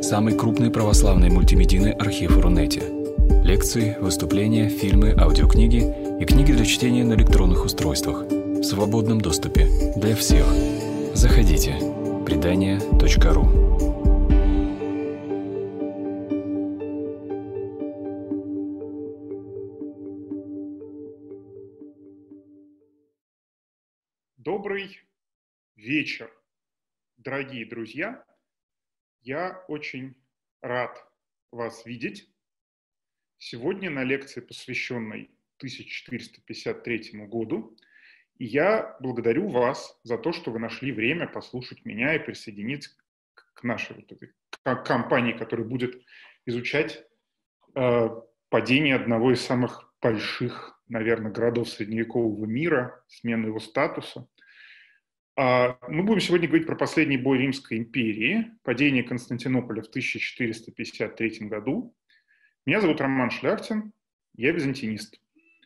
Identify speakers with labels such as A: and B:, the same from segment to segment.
A: самый крупный православный мультимедийный архив Рунете. Лекции, выступления, фильмы, аудиокниги и книги для чтения на электронных устройствах в свободном доступе для всех. Заходите. Предания.ру.
B: Добрый вечер, дорогие друзья. Я очень рад вас видеть. Сегодня на лекции, посвященной 1453 году, и я благодарю вас за то, что вы нашли время послушать меня и присоединиться к нашей вот этой компании, которая будет изучать падение одного из самых больших, наверное, городов средневекового мира, смену его статуса. Мы будем сегодня говорить про последний бой Римской империи, падение Константинополя в 1453 году. Меня зовут Роман Шляхтин, я византинист.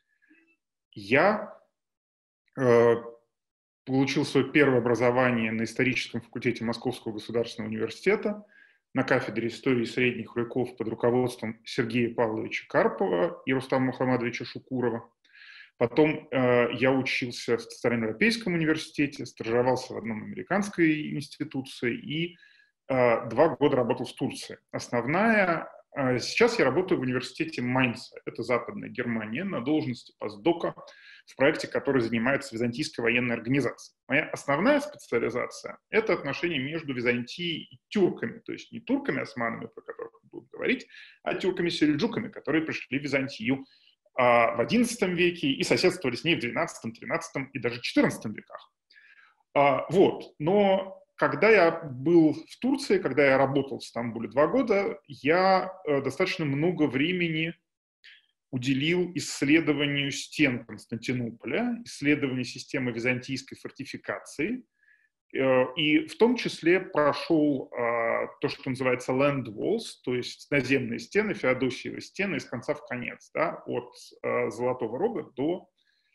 B: Я получил свое первое образование на историческом факультете Московского государственного университета на кафедре истории средних веков под руководством Сергея Павловича Карпова и Рустама Мухаммадовича Шукурова. Потом я учился в Центральноевропейском университете, стажировался в одном американской институции и 2 года работал в Турции. Сейчас я работаю в университете Майнца, это Западная Германия, на должности постдока в проекте, который занимается Византийской военной организацией. Моя основная специализация – это отношения между Византией и тюрками, то есть не турками-османами, про которых мы будем говорить, а тюрками-сельджуками, которые пришли в Византию в XI веке и соседствовали с ней в XII, XIII и даже XIV веках. Но когда я был в Турции, когда я работал в Стамбуле 2 года, я достаточно много времени уделил исследованию стен Константинополя, исследованию системы византийской фортификации, и в том числе прошел то, что называется land walls, то есть наземные стены, Феодосиевы стены из конца в конец, да, от Золотого Рога до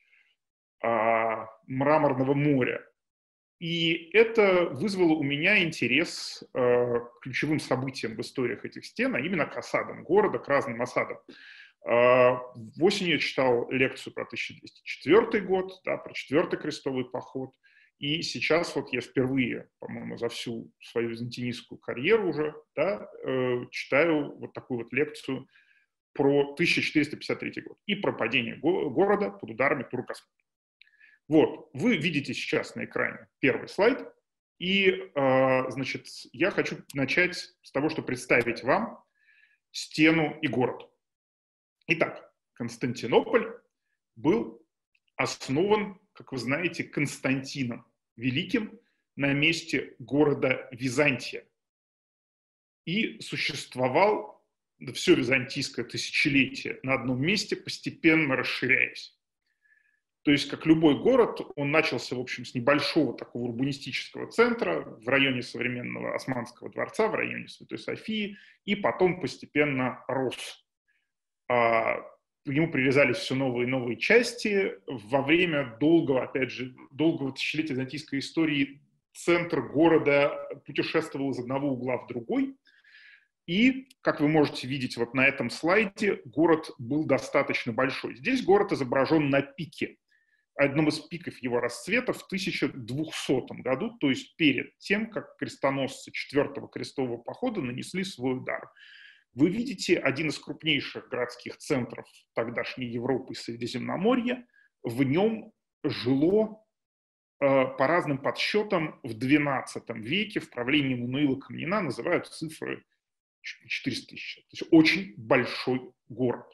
B: Мраморного моря. И это вызвало у меня интерес к ключевым событиям в историях этих стен, а именно к осадам города, к разным осадам. Осенью я читал лекцию про 1204 год, да, про 4-й крестовый поход. И сейчас вот я впервые, по-моему, за всю свою византинистскую карьеру уже, да, читаю вот такую вот лекцию про 1453 год и про падение города под ударами турок-османов. Вот, вы видите сейчас на экране первый слайд, и, значит, я хочу начать с того, что представить вам стену и город. Итак, Константинополь был основан, как вы знаете, Константином Великим на месте города Византия. И существовал все византийское тысячелетие на одном месте, постепенно расширяясь. То есть, как любой город, он начался, в общем, с небольшого такого урбанистического центра в районе современного Османского дворца, в районе Святой Софии, и потом постепенно рос. К нему прирезались все новые и новые части. Во время долгого тысячелетия византийской истории центр города путешествовал из одного угла в другой. И, как вы можете видеть вот на этом слайде, город был достаточно большой. Здесь город изображен на пике, одном из пиков его расцвета в 1200 году, то есть перед тем, как крестоносцы 4-го крестового похода нанесли свой удар. Вы видите один из крупнейших городских центров тогдашней Европы и Средиземноморья. В нем жило, по разным подсчетам, в XII веке, в правлении Мануила Комнина называют цифры 400 тысяч. То есть очень большой город.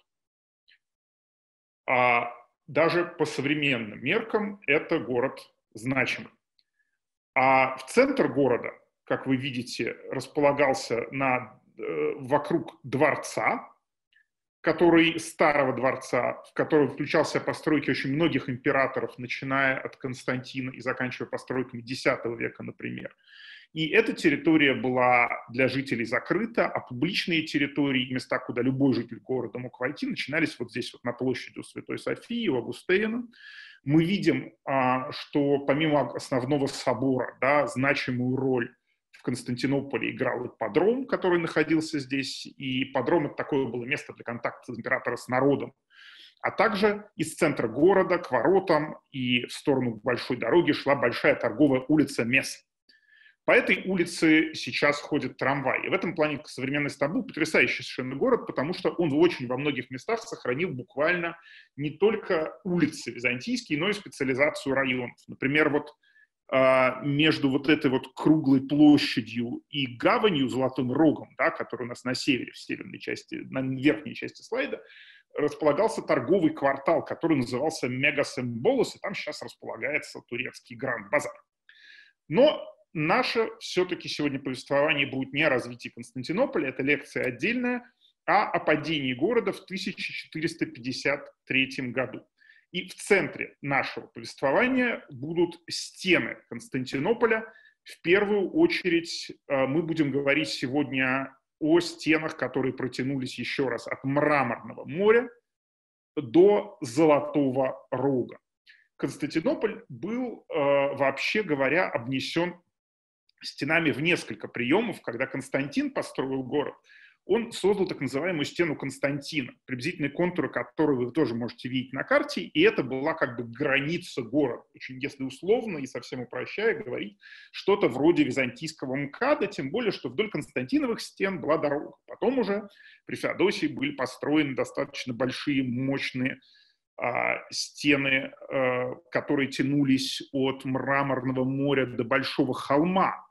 B: Даже по современным меркам это город значимый. А в центр города, как вы видите, располагался вокруг дворца, старого дворца, в который включался постройки очень многих императоров, начиная от Константина и заканчивая постройками X века, например. И эта территория была для жителей закрыта, а публичные территории, места, куда любой житель города мог войти, начинались вот здесь, вот на площади у Святой Софии, у Августейна. Мы видим, что помимо основного собора, да, значимую роль в Константинополе играл ипподром, который находился здесь, и ипподром — это такое было место для контакта императора с народом. А также из центра города к воротам и в сторону большой дороги шла большая торговая улица Мес. По этой улице сейчас ходит трамвай. И в этом плане современный Стамбул — потрясающий совершенно город, потому что он очень во многих местах сохранил буквально не только улицы византийские, но и специализацию районов. Например, вот между вот этой вот круглой площадью и гаванью, Золотым Рогом, да, который у нас на севере, в северной части, на верхней части слайда, располагался торговый квартал, который назывался Мегасемболос, и там сейчас располагается турецкий Гранд-базар. Но наше все-таки сегодня повествование будет не о развитии Константинополя, это лекция отдельная, а о падении города в 1453 году. И в центре нашего повествования будут стены Константинополя. В первую очередь мы будем говорить сегодня о стенах, которые протянулись еще раз от Мраморного моря до Золотого Рога. Константинополь был, вообще говоря, обнесен стенами в несколько приемов. Когда Константин построил город, он создал так называемую стену Константина, приблизительные контуры которой вы тоже можете видеть на карте, и это была как бы граница города. Очень, если условно и совсем упрощая говорить, что-то вроде византийского МКАДа, тем более, что вдоль Константиновых стен была дорога. Потом уже при Феодосии были построены достаточно большие, мощные стены, которые тянулись от Мраморного моря до Большого холма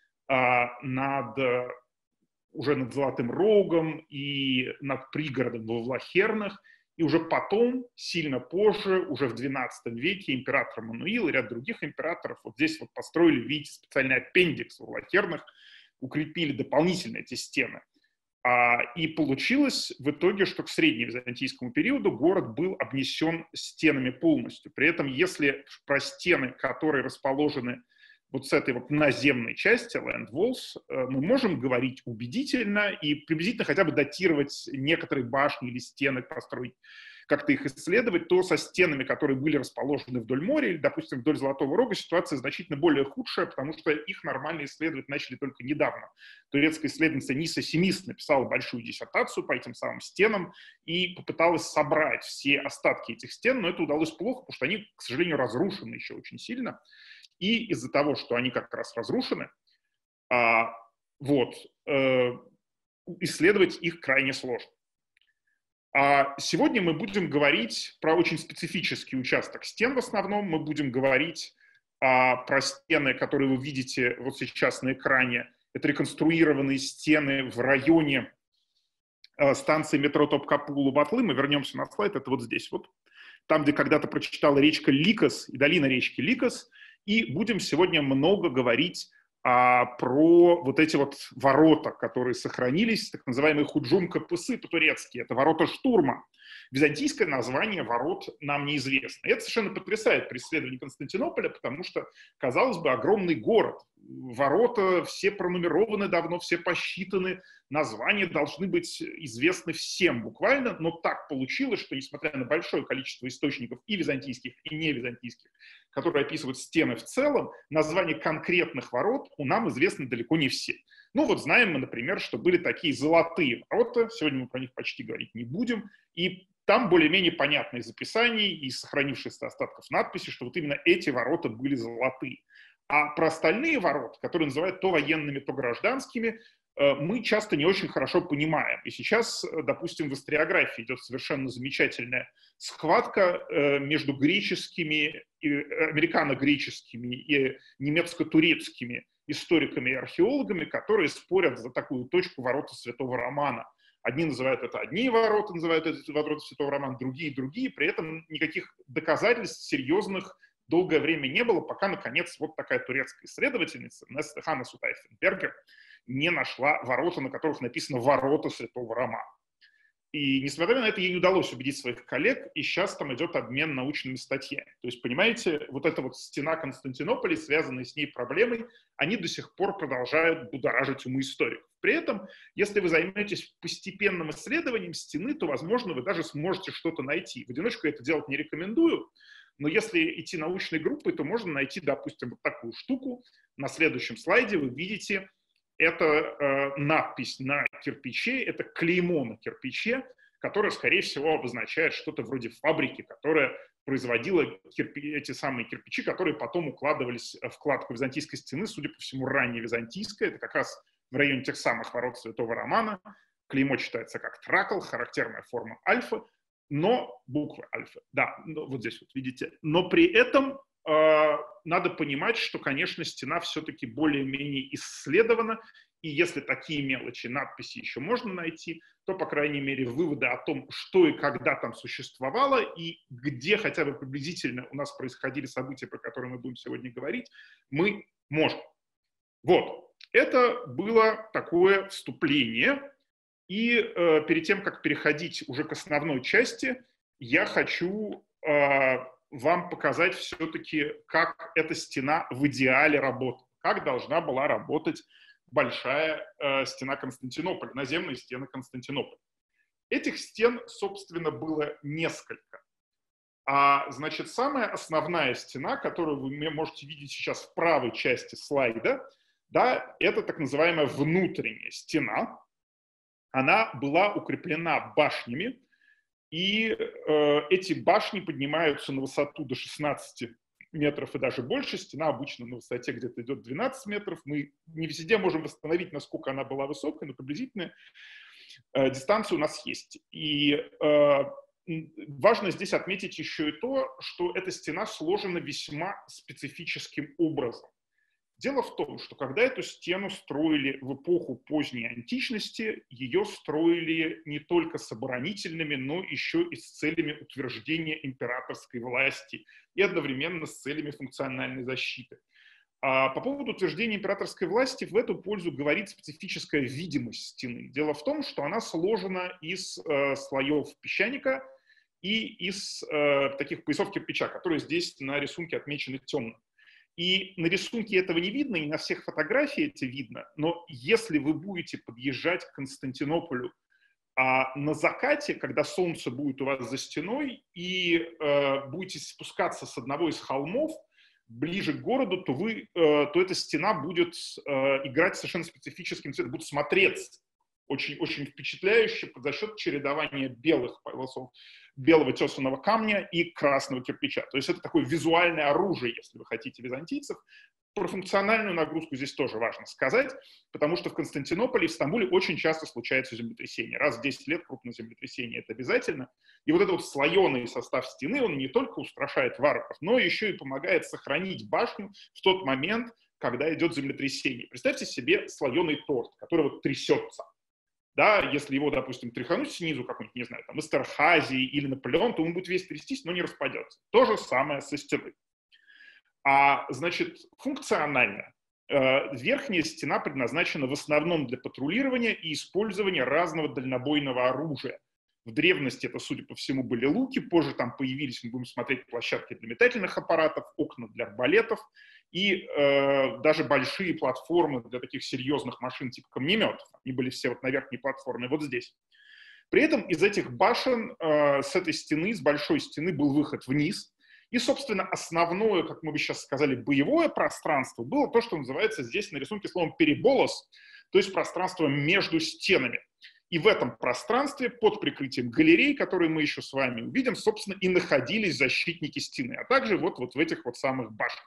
B: уже над Золотым Рогом и над пригородом во Влахернах. И уже потом, сильно позже, уже в XII веке, император Мануил и ряд других императоров вот здесь вот построили, видите, специальный аппендикс во Влахернах, укрепили дополнительно эти стены. И получилось в итоге, что к средневизантийскому периоду город был обнесен стенами полностью. При этом, если про стены, которые расположены вот с этой вот наземной части, land walls, мы можем говорить убедительно и приблизительно хотя бы датировать некоторые башни или стены, построить, как-то их исследовать, то со стенами, которые были расположены вдоль моря или, допустим, вдоль Золотого Рога, ситуация значительно более худшая, потому что их нормально исследовать начали только недавно. Турецкая исследовательница Ниса Семис написала большую диссертацию по этим самым стенам и попыталась собрать все остатки этих стен, но это удалось плохо, потому что они, к сожалению, разрушены еще очень сильно. И из-за того, что они как раз разрушены, исследовать их крайне сложно. Сегодня мы будем говорить про очень специфический участок стен в основном. Мы будем говорить про стены, которые вы видите вот сейчас на экране. Это реконструированные стены в районе станции метро Топкапы-Улубатлы. Мы вернемся на слайд, это вот здесь вот. Там, где когда-то прочитала речка Ликос и долина речки Ликос. И будем сегодня много говорить про вот эти вот ворота, которые сохранились, так называемые худжум капысы по-турецки. Это ворота штурма. Византийское название ворот нам неизвестно. И это совершенно потрясает при исследовании Константинополя, потому что, казалось бы, огромный город. Ворота все пронумерованы давно, все посчитаны, названия должны быть известны всем буквально, но так получилось, что, несмотря на большое количество источников и византийских, и невизантийских, которые описывают стены в целом, названия конкретных ворот у нам известны далеко не все. Ну вот знаем мы, например, что были такие золотые ворота, сегодня мы про них почти говорить не будем, и там более-менее понятно из описаний и сохранившихся остатков надписи, что вот именно эти ворота были золотые. А про остальные ворота, которые называют то военными, то гражданскими, мы часто не очень хорошо понимаем. И сейчас, допустим, в историографии идет совершенно замечательная схватка между греческими, американо-греческими и немецко-турецкими историками и археологами, которые спорят за такую точку ворота Святого Романа. Одни называют это одни ворота, называют это ворота Святого Романа, другие. При этом никаких доказательств серьезных долгое время не было, пока, наконец, вот такая турецкая исследовательница Нестехана Сутайфенбергер не нашла ворота, на которых написано «Ворота Святого Романа». И, несмотря на это, ей не удалось убедить своих коллег, и сейчас там идет обмен научными статьями. То есть, понимаете, вот эта вот стена Константинополя, связанная с ней проблемой, они до сих пор продолжают будоражить умы историков. При этом, если вы займетесь постепенным исследованием стены, то, возможно, вы даже сможете что-то найти. В одиночку я это делать не рекомендую, но если идти научной группой, то можно найти, допустим, вот такую штуку. На следующем слайде вы видите это надпись на кирпиче, это клеймо на кирпиче, которое, скорее всего, обозначает что-то вроде фабрики, которая производила эти самые кирпичи, которые потом укладывались в кладку византийской стены, судя по всему, ранее византийская. Это как раз в районе тех самых ворот Святого Романа. Клеймо читается как тракл, характерная форма альфа, но буквы альфа. Да, вот здесь вот видите. Но при этом надо понимать, что, конечно, стена все-таки более-менее исследована, и если такие мелочи, надписи еще можно найти, то, по крайней мере, выводы о том, что и когда там существовало, и где хотя бы приблизительно у нас происходили события, про которые мы будем сегодня говорить, мы можем. Вот, это было такое вступление, и перед тем, как переходить уже к основной части, я хочу вам показать все-таки, как эта стена в идеале работает, как должна была работать большая стена Константинополя, наземные стены Константинополя. Этих стен, собственно, было несколько. Значит, самая основная стена, которую вы можете видеть сейчас в правой части слайда, да, это так называемая внутренняя стена. Она была укреплена башнями, и эти башни поднимаются на высоту до 16 метров и даже больше. Стена обычно на высоте где-то идет 12 метров. Мы не везде можем восстановить, насколько она была высокой, но приблизительная дистанция у нас есть. И важно здесь отметить еще и то, что эта стена сложена весьма специфическим образом. Дело в том, что когда эту стену строили в эпоху поздней античности, ее строили не только с оборонительными, но еще и с целями утверждения императорской власти и одновременно с целями функциональной защиты. По поводу утверждения императорской власти в эту пользу говорит специфическая видимость стены. Дело в том, что она сложена из слоев песчаника и из таких поясов кирпича, которые здесь на рисунке отмечены темным. И на рисунке этого не видно, и на всех фотографиях это видно, но если вы будете подъезжать к Константинополю на закате, когда солнце будет у вас за стеной, и будете спускаться с одного из холмов ближе к городу, то эта стена будет играть совершенно специфическим цветом, будет смотреться очень, очень впечатляюще за счет чередования белых полосов, белого тесаного камня и красного кирпича. То есть это такое визуальное оружие, если вы хотите, византийцев. Про функциональную нагрузку здесь тоже важно сказать, потому что в Константинополе и в Стамбуле очень часто случаются землетрясения. Раз в 10 лет крупное землетрясение — это обязательно. И вот этот вот слоеный состав стены, он не только устрашает варваров, но еще и помогает сохранить башню в тот момент, когда идет землетрясение. Представьте себе слоеный торт, который вот трясется. Да, если его, допустим, тряхануть снизу, какой-нибудь, не знаю, там, Эстерхазий или Наполеон, то он будет весь трястись, но не распадется. То же самое со стеной. Значит, функционально верхняя стена предназначена в основном для патрулирования и использования разного дальнобойного оружия. В древности это, судя по всему, были луки, позже там появились, мы будем смотреть, площадки для метательных аппаратов, окна для арбалетов и даже большие платформы для таких серьезных машин типа камнеметов. Они были все вот на верхней платформе, вот здесь. При этом из этих башен, с этой стены, с большой стены, был выход вниз. И, собственно, основное, как мы бы сейчас сказали, боевое пространство было то, что называется здесь на рисунке словом переболос, то есть пространство между стенами. И в этом пространстве под прикрытием галерей, которые мы еще с вами увидим, собственно, и находились защитники стены, а также вот в этих вот самых башнях.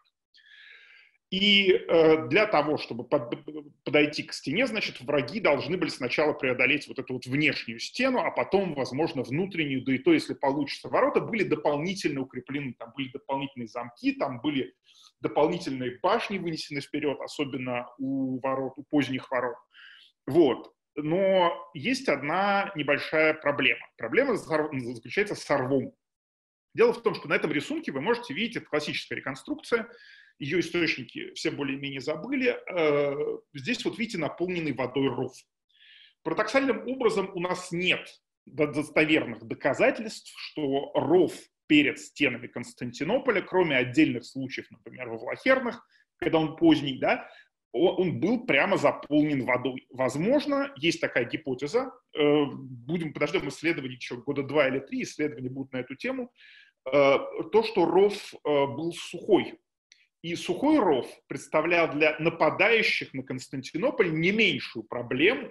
B: И для того, чтобы подойти к стене, значит, враги должны были сначала преодолеть вот эту вот внешнюю стену, а потом, возможно, внутреннюю, да и то, если получится. Ворота были дополнительно укреплены, там были дополнительные замки, там были дополнительные башни вынесены вперед, особенно у поздних ворот. Вот. Но есть одна небольшая проблема. Проблема заключается с рвом. Дело в том, что на этом рисунке вы можете видеть, это классическая реконструкция, ее источники все более-менее забыли. Здесь вот видите наполненный водой ров. Парадоксальным образом у нас нет достоверных доказательств, что ров перед стенами Константинополя, кроме отдельных случаев, например, во Влахернах, когда он поздний, да, он был прямо заполнен водой. Возможно, есть такая гипотеза, подождем исследований еще года 2 или 3, исследования будут на эту тему, то, что ров был сухой. И сухой ров представлял для нападающих на Константинополь не меньшую проблему,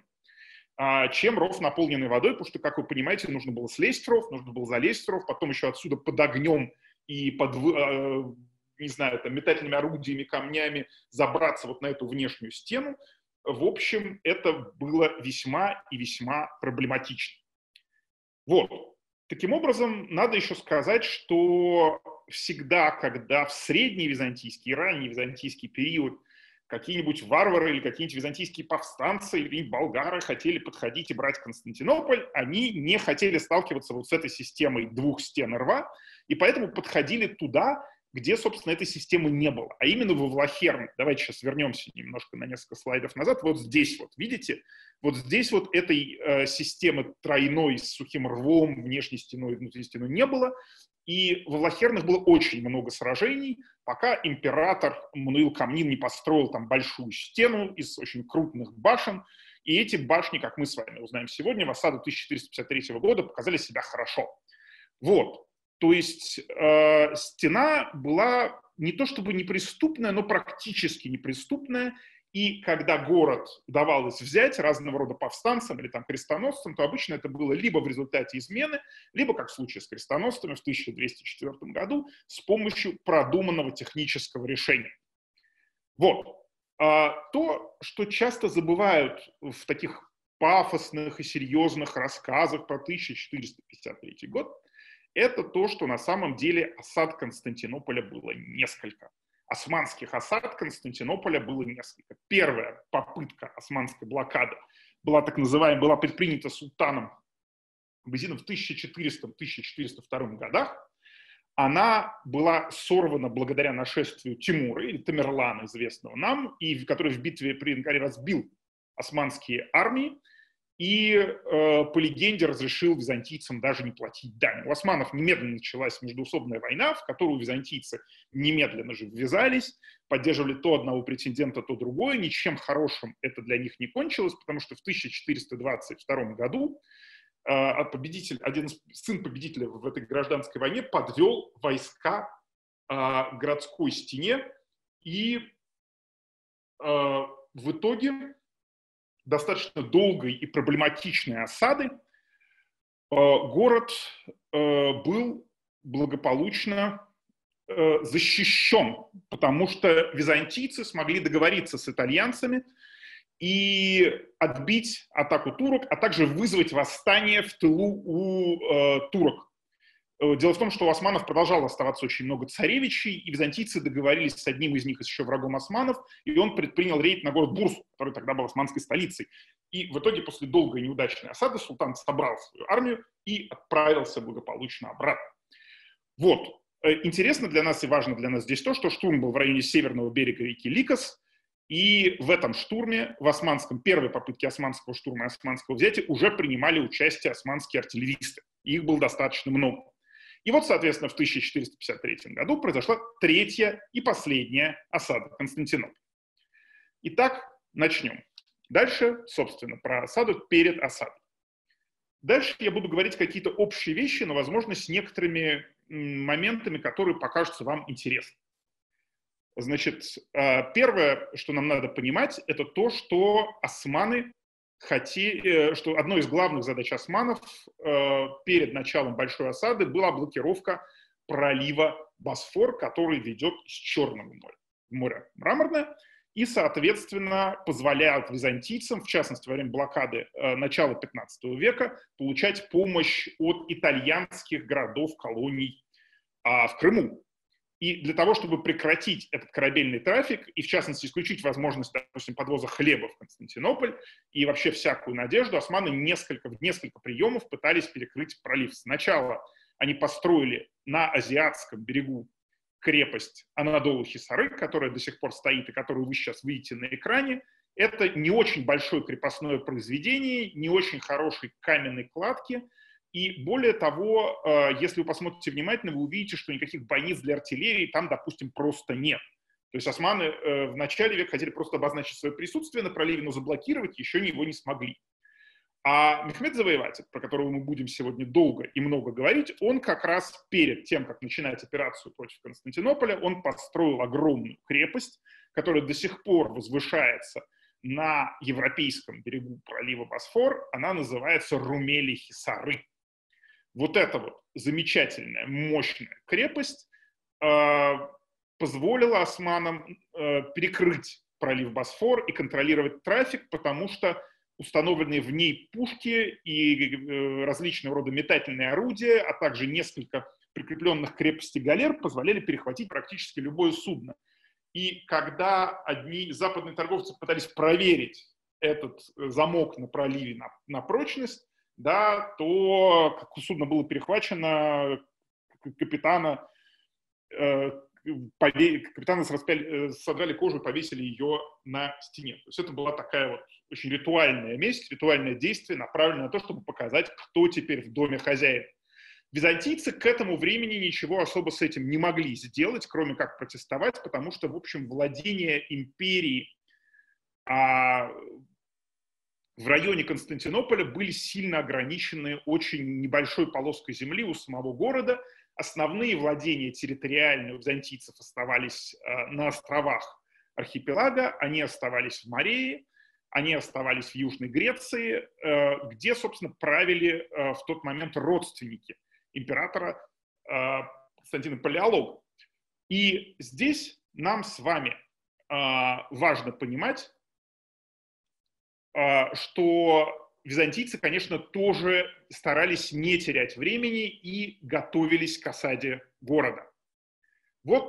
B: чем ров, наполненный водой, потому что, как вы понимаете, нужно было слезть в ров, нужно было залезть в ров, потом еще отсюда под огнем и под, не знаю, там, метательными орудиями, камнями забраться вот на эту внешнюю стену. В общем, это было весьма и весьма проблематично. Вот. Таким образом, надо еще сказать, что всегда, когда в средний византийский и ранний византийский период какие-нибудь варвары или какие-нибудь византийские повстанцы или болгары хотели подходить и брать Константинополь, они не хотели сталкиваться вот с этой системой двух стен и рва, и поэтому подходили туда, где, собственно, этой системы не было, а именно во Влахерн. Давайте сейчас вернемся немножко на несколько слайдов назад. Вот здесь вот, видите, вот здесь вот этой системы тройной с сухим рвом, внешней стеной и внутренней стеной не было, и во Влахернах было очень много сражений, пока император Мануил Камнин не построил там большую стену из очень крупных башен, и эти башни, как мы с вами узнаем сегодня, в осаду 1453 года показали себя хорошо. Вот. То есть стена была не то чтобы неприступная, но практически неприступная. И когда город удавалось взять разного рода повстанцам или там крестоносцам, то обычно это было либо в результате измены, либо, как в случае с крестоносцами в 1204 году, с помощью продуманного технического решения. Вот. То, что часто забывают в таких пафосных и серьезных рассказах про 1453 год, это то, что на самом деле осад Константинополя было несколько. Османских осад Константинополя было несколько. Первая попытка османской блокады была так называемая, была предпринята султаном Абазидом в 1400-1402 годах. Она была сорвана благодаря нашествию Тимура, или Тамерлана, известного нам, и который в битве при Анкаре разбил османские армии. И, по легенде, разрешил византийцам даже не платить дань. У османов немедленно началась междоусобная война, в которую византийцы немедленно же ввязались, поддерживали то одного претендента, то другое. Ничем хорошим это для них не кончилось, потому что в 1422 году один сын победителя в этой гражданской войне подвел войска к городской стене, и в итоге достаточно долгой и проблематичной осады город был благополучно защищен, потому что византийцы смогли договориться с итальянцами и отбить атаку турок, а также вызвать восстание в тылу у турок. Дело в том, что у османов продолжало оставаться очень много царевичей, и византийцы договорились с одним из них, еще врагом османов, и он предпринял рейд на город Бурсу, который тогда был османской столицей. И в итоге, после долгой и неудачной осады, султан собрал свою армию и отправился благополучно обратно. Вот. Интересно для нас и важно для нас здесь то, что штурм был в районе северного берега реки Ликос, и в этом штурме, в первой попытке османского штурма и османского взятия уже принимали участие османские артиллеристы. Их было достаточно много. И вот, соответственно, в 1453 году произошла третья и последняя осада Константинополя. Итак, начнем. Дальше, собственно, про осаду перед осадой. Дальше я буду говорить какие-то общие вещи, но, возможно, с некоторыми моментами, которые покажутся вам интересными. Значит, первое, что нам надо понимать, это то, что османы что одной из главных задач османов перед началом большой осады была блокировка пролива Босфор, который ведет из Черного моря в море Мраморное, и, соответственно, позволяет византийцам, в частности, во время блокады начала 15 века, получать помощь от итальянских городов, колоний в Крыму. И для того, чтобы прекратить этот корабельный трафик и, в частности, исключить возможность, допустим, подвоза хлеба в Константинополь и вообще всякую надежду, османы в несколько приемов пытались перекрыть пролив. Сначала они построили на азиатском берегу крепость Анадолу-Хисары, которая до сих пор стоит и которую вы сейчас видите на экране. Это не очень большое крепостное произведение, не очень хорошей каменной кладки. И более того, если вы посмотрите внимательно, вы увидите, что никаких бойниц для артиллерии там, допустим, просто нет. То есть османы в начале века хотели просто обозначить свое присутствие на проливе, но заблокировать еще его не смогли. А Мехмед Завоеватель, про которого мы будем сегодня долго и много говорить, он как раз перед тем, как начинать операцию против Константинополя, он построил огромную крепость, которая до сих пор возвышается на европейском берегу пролива Босфор. Она называется Румели-Хисары. Вот эта вот замечательная, мощная крепость позволила османам перекрыть пролив Босфор и контролировать трафик, потому что установленные в ней пушки и различного рода метательные орудия, а также несколько прикрепленных к крепости галер позволяли перехватить практически любое судно. И когда одни западные торговцы пытались проверить этот замок на проливе на прочность, да, то как судно было перехвачено, капитана содрали кожу и повесили ее на стене. То есть это была такая вот очень ритуальная месть, ритуальное действие, направленное на то, чтобы показать, кто теперь в доме хозяин. Византийцы к этому времени ничего особо с этим не могли сделать, кроме как протестовать, потому что, в общем, владения империи в районе Константинополя были сильно ограничены очень небольшой полоской земли у самого города. Основные владения территориальные у византийцев оставались на островах архипелага, они оставались в Морее, они оставались в Южной Греции, где, собственно, правили в тот момент родственники императора Константина Палеолога. И здесь нам с вами важно понимать, что византийцы, конечно, тоже старались не терять времени и готовились к осаде города. Вот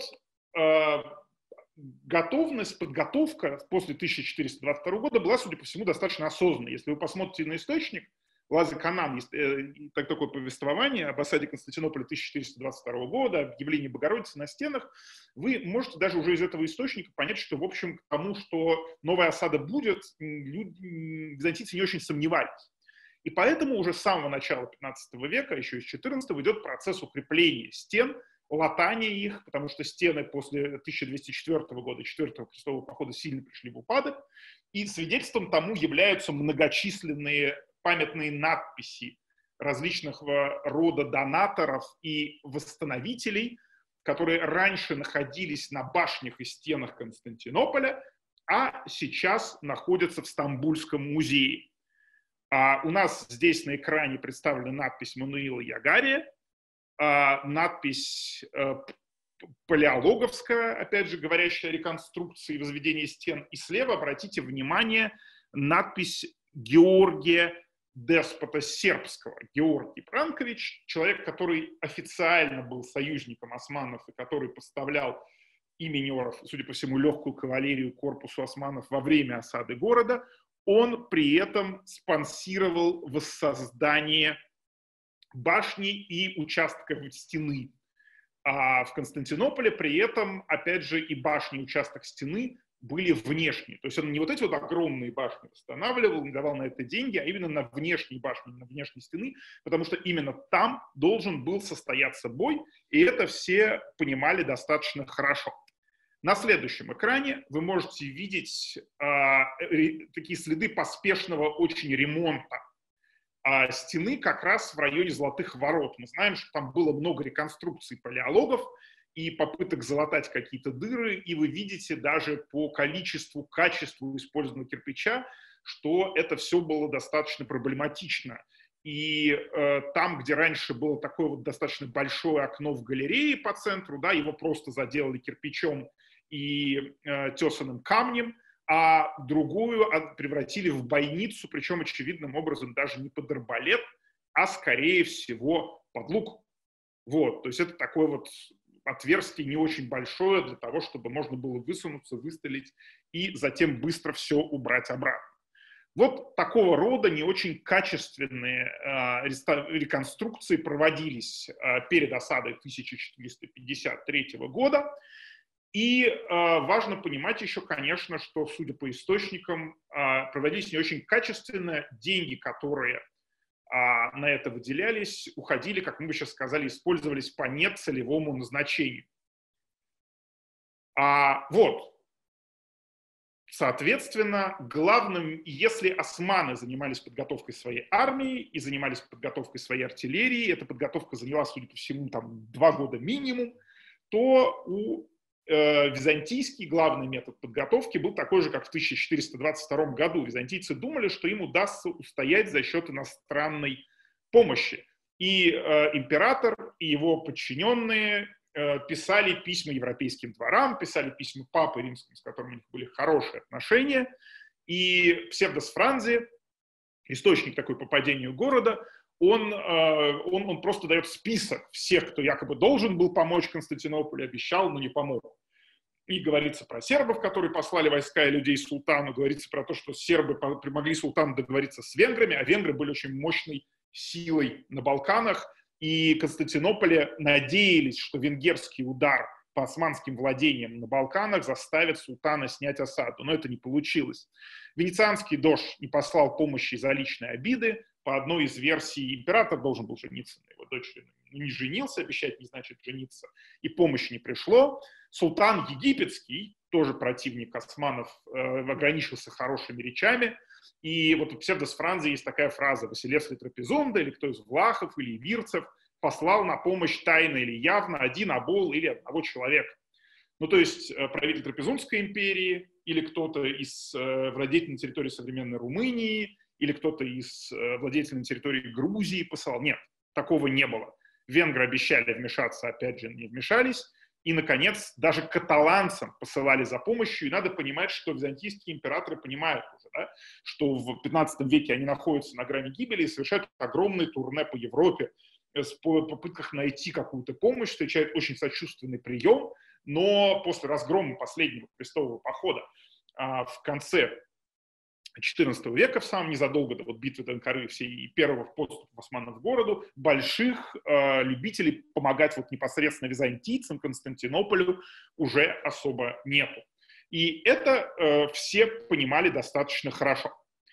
B: подготовка после 1422 года была, судя по всему, достаточно осознанной. Если вы посмотрите на источник, Лазарь Канан, есть такое повествование об осаде Константинополя 1422 года, объявлении Богородицы на стенах, вы можете даже уже из этого источника понять, что, в общем, к тому, что новая осада будет, византийцы не очень сомневались. И поэтому уже с самого начала 15 века, еще из 14 идет процесс укрепления стен, латания их, потому что стены после 1204 года, 4-го крестового похода сильно пришли в упадок, и свидетельством тому являются многочисленные памятные надписи различного рода донаторов и восстановителей, которые раньше находились на башнях и стенах Константинополя, а сейчас находятся в Стамбульском музее. У нас здесь на экране представлена надпись Мануила Ягария, надпись палеологовская, опять же, говорящая о реконструкции и возведении стен. И слева, обратите внимание, надпись Георгия деспота сербского. Георгий Бранкович, человек, который официально был союзником османов и который поставлял и минеров, судя по всему, легкую кавалерию корпусу османов во время осады города, он при этом спонсировал воссоздание башни и участков стены. А в Константинополе при этом, опять же, и башни, и участок стены были внешние. То есть он не вот эти вот огромные башни восстанавливал, не давал на это деньги, а именно на внешние башни, на внешние стены, потому что именно там должен был состояться бой, и это все понимали достаточно хорошо. На следующем экране вы можете видеть такие следы поспешного очень ремонта стены как раз в районе Золотых Ворот. Мы знаем, что там было много реконструкций палеологов и попыток залатать какие-то дыры, и вы видите даже по количеству, качеству использованного кирпича, что это все было достаточно проблематично. И там, где раньше было такое вот достаточно большое окно в галерее по центру, да, его просто заделали кирпичом и тесаным камнем, а другую превратили в бойницу, причем очевидным образом даже не под арбалет, а скорее всего под лук. Вот, то есть это такое вот отверстие не очень большое для того, чтобы можно было высунуться, выстрелить и затем быстро все убрать обратно. Вот такого рода не очень качественные реконструкции проводились перед осадой 1453 года. И важно понимать еще, конечно, что, судя по источникам, проводились не очень качественно. Деньги, которые на это выделялись, уходили, как мы бы сейчас сказали, использовались по нецелевому назначению. Вот. Соответственно, главным, если османы занимались подготовкой своей армии и занимались подготовкой своей артиллерии, эта подготовка заняла, судя по всему, там 2 года минимум, то у византийский главный метод подготовки был такой же, как в 1422 году. Византийцы думали, что им удастся устоять за счет иностранной помощи. И император, и его подчиненные писали письма европейским дворам, писали письма папе римскому, с которым у них были хорошие отношения. И Псевдос Франзи, источник такой по падению города, он просто дает список всех, кто якобы должен был помочь Константинополю, обещал, но не помог. И говорится про сербов, которые послали войска и людей султану, говорится про то, что сербы помогли султану договориться с венграми, а венгры были очень мощной силой на Балканах, и Константинополе надеялись, что венгерский удар по османским владениям на Балканах заставит султана снять осаду, но это не получилось. Венецианский дож не послал помощи из-за личной обиды. По одной из версий, император должен был жениться на его дочери, но не женился, обещать не значит жениться, и помощи не пришло. Султан египетский, тоже противник османов, ограничился хорошими речами. И вот у Псевдос Франзи есть такая фраза: «Василевс ли Трапезунда, или кто из влахов, или ивирцев послал на помощь тайно или явно один обол или одного человека». Ну, то есть правитель Трапезунской империи, или кто-то из владетелей на территории современной Румынии, или кто-то из владетелей на территории Грузии посылал. Нет, такого не было. Венгры обещали вмешаться, опять же, не вмешались. И, наконец, даже каталанцам посылали за помощью. И надо понимать, что византийские императоры понимают уже, да, что в 15 веке они находятся на грани гибели и совершают огромные турне по Европе в попытках найти какую-то помощь, встречают очень сочувственный прием. Но после разгрома последнего крестового похода в конце XIV века, в самом незадолго до битвы до Анкары и первого подступа османов к городу, больших любителей помогать непосредственно византийцам, Константинополю уже особо нету. И это все понимали достаточно хорошо.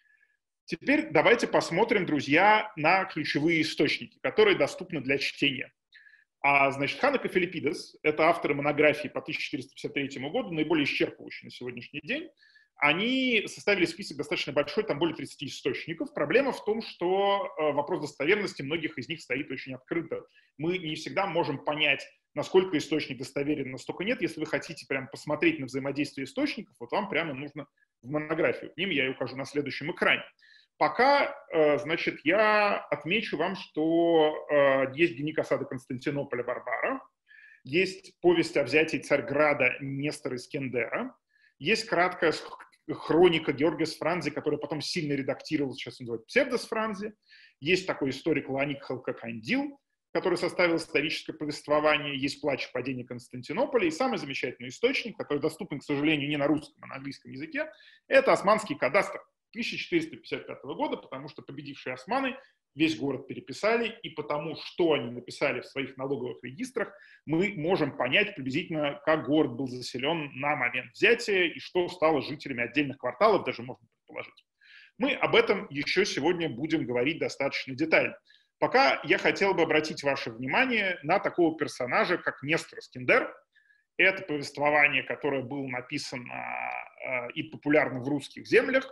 B: Теперь давайте посмотрим, друзья, на ключевые источники, которые доступны для чтения. Значит, Ханок и Филиппидес, это авторы монографии по 1453 году, наиболее исчерпывающие на сегодняшний день. Они составили список достаточно большой, там более 30 источников. Проблема в том, что вопрос достоверности многих из них стоит очень открыто. Мы не всегда можем понять, насколько источник достоверен, настолько нет. Если вы хотите прям посмотреть на взаимодействие источников, вот вам прямо нужно в монографию. К ним я и укажу на следующем экране. Пока, значит, я отмечу вам, что есть дневник осады Константинополя Варвара, есть повесть о взятии Царьграда Нестора Искендера, есть краткая хроника Георгиос Франзи, которую потом сильно редактировал, сейчас называют Псевдос Франзи. Есть такой историк Леонид Халкакандил, который составил историческое повествование. Есть «Плач и падение Константинополя». И самый замечательный источник, который доступен, к сожалению, не на русском, а на английском языке, это османский кадастр 1455 года, потому что победившие османы весь город переписали, и потому, что они написали в своих налоговых регистрах, мы можем понять приблизительно, как город был заселен на момент взятия и что стало жителями отдельных кварталов, даже можно предположить. Мы об этом еще сегодня будем говорить достаточно детально. Пока я хотел бы обратить ваше внимание на такого персонажа, как Нестор Искендер. Это повествование, которое было написано и популярно в русских землях.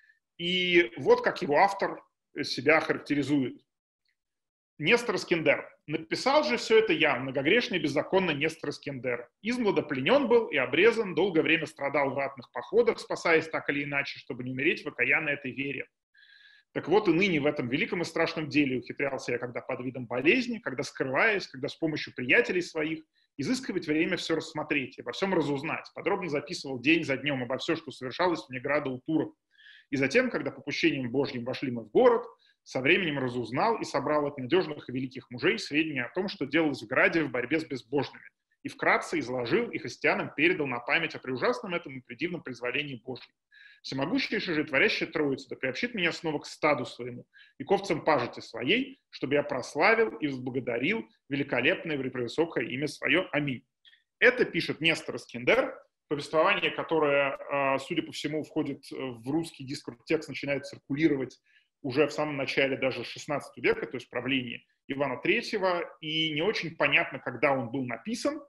B: И вот как его автор себя характеризует. Нестор Искендер. Написал же все это я, многогрешный и беззаконный Нестор Искендер. Измлада пленен был и обрезан, долгое время страдал в ратных походах, спасаясь так или иначе, чтобы не умереть в окаянной этой вере. Так вот и ныне в этом великом и страшном деле ухитрялся я, когда под видом болезни, когда скрываясь, когда с помощью приятелей своих, изыскивать время все рассмотреть, обо всем разузнать. Подробно записывал день за днем обо все, что совершалось вне града у турок. И затем, когда попущением Божьим вошли мы в город, со временем разузнал и собрал от надежных и великих мужей сведения о том, что делалось в граде в борьбе с безбожными. И вкратце изложил и христианам передал на память о преужасном этом и предивном произволении Божьем. Всемогущейшая же творящая Троица да приобщит меня снова к стаду своему и к овцам пажити своей, чтобы я прославил и возблагодарил великолепное и превысокое имя свое. Аминь. Это пишет Нестор Искендер. Повествование, которое, судя по всему, входит в русский дискурс, текст начинает циркулировать уже в самом начале даже XVI века, то есть правления Ивана III, и не очень понятно, когда он был написан.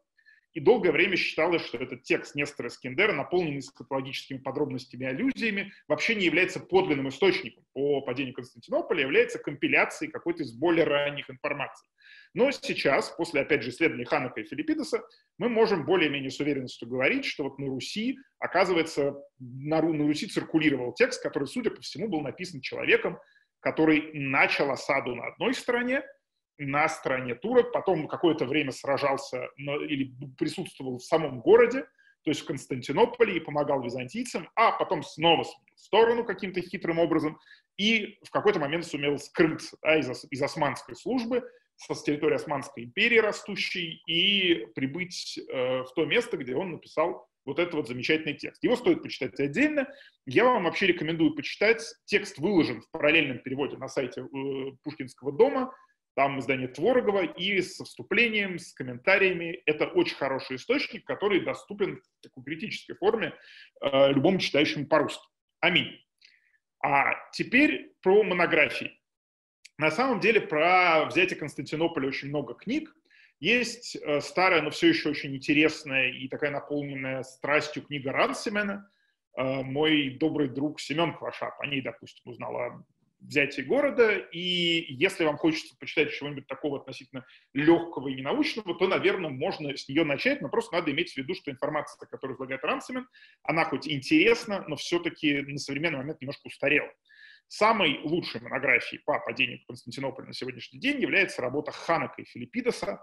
B: и долгое время считалось, что этот текст Нестора Эскиндера, наполненный эсхатологическими подробностями и аллюзиями, вообще не является подлинным источником по падению Константинополя, является компиляцией какой-то из более ранних информаций. Но сейчас, после, опять же, исследований Ханака и Филиппидеса, мы можем более-менее с уверенностью говорить, что вот на Руси, оказывается, на Руси циркулировал текст, который, судя по всему, был написан человеком, который начал осаду на одной стороне, на стороне турок, потом какое-то время сражался или присутствовал в самом городе, то есть в Константинополе, и помогал византийцам, а потом снова сменил сторону каким-то хитрым образом и в какой-то момент сумел скрыться, да, из османской службы, с территории Османской империи растущей, и прибыть в то место, где он написал вот этот вот замечательный текст. Его стоит почитать отдельно. Я вам вообще рекомендую почитать. Текст выложен в параллельном переводе на сайте Пушкинского дома. Там издание Творогова, и со вступлением, с комментариями. Это очень хороший источник, который доступен в такой критической форме любому читающему по-русски. Аминь. А теперь про монографии. На самом деле про взятие Константинополя очень много книг. Есть старая, но все еще очень интересная и такая наполненная страстью книга Рансемена. Мой добрый друг Семен Кваша по ней, допустим, узнал о взятии города. И если вам хочется почитать чего-нибудь такого относительно легкого и ненаучного, то, наверное, можно с нее начать, но просто надо иметь в виду, что информация, которую излагает Рансемен, она хоть интересна, но все-таки на современный момент немножко устарела. Самой лучшей монографией по падению Константинополя на сегодняшний день является работа Ханака и Филиппидеса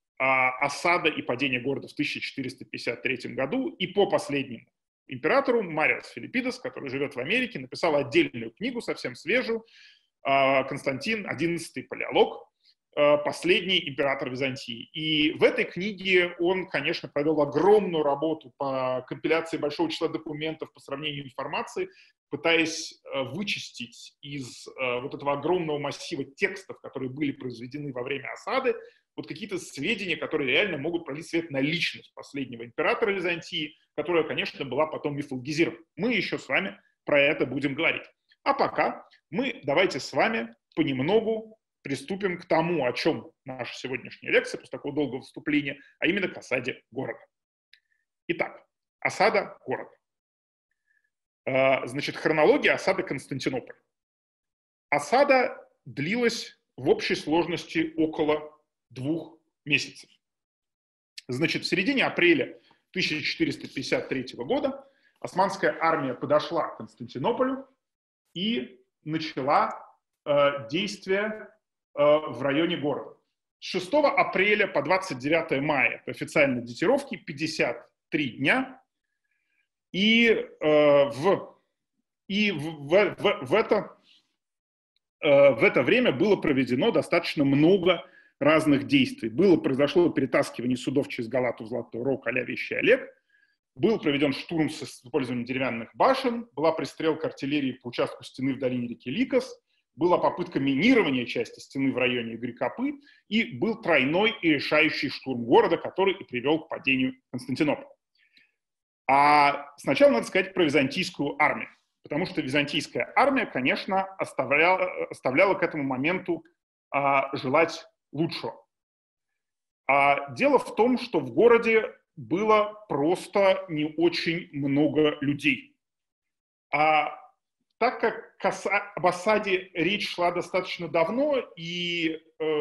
B: «Осада и падение города в 1453 году». И по последнему императору Мариус Филиппидес, который живет в Америке, написал отдельную книгу, совсем свежую, «Константин XI Палеолог», последний император Византии. И в этой книге он, конечно, провел огромную работу по компиляции большого числа документов, по сравнению информации, пытаясь вычистить из вот этого огромного массива текстов, которые были произведены во время осады, вот какие-то сведения, которые реально могут пролить свет на личность последнего императора Византии, которая, конечно, была потом мифологизирована. Мы еще с вами про это будем говорить. А пока мы давайте с вами понемногу приступим к тому, о чем наша сегодняшняя лекция, после такого долгого вступления, а именно к осаде города. Итак, осада города. Значит, хронология осады Константинополя. Осада длилась в общей сложности около 2 месяцев. Значит, в середине апреля 1453 года османская армия подошла к Константинополю и начала действия в районе города. С 6 апреля по 29 мая, это официальные датировки, 53 дня. И в это время было проведено достаточно много разных действий. Произошло перетаскивание судов через Галату в Золотой Рог а-ля Вещий Олег, был проведен штурм с использованием деревянных башен, была пристрелка артиллерии по участку стены в долине реки Ликос, была попытка минирования части стены в районе Игорь-Копы, и был тройной и решающий штурм города, который и привел к падению Константинополя. А сначала надо сказать про византийскую армию, потому что византийская армия, конечно, оставляла к этому моменту желать лучшего. Дело в том, что в городе было просто не очень много людей. Так как об осаде речь шла достаточно давно и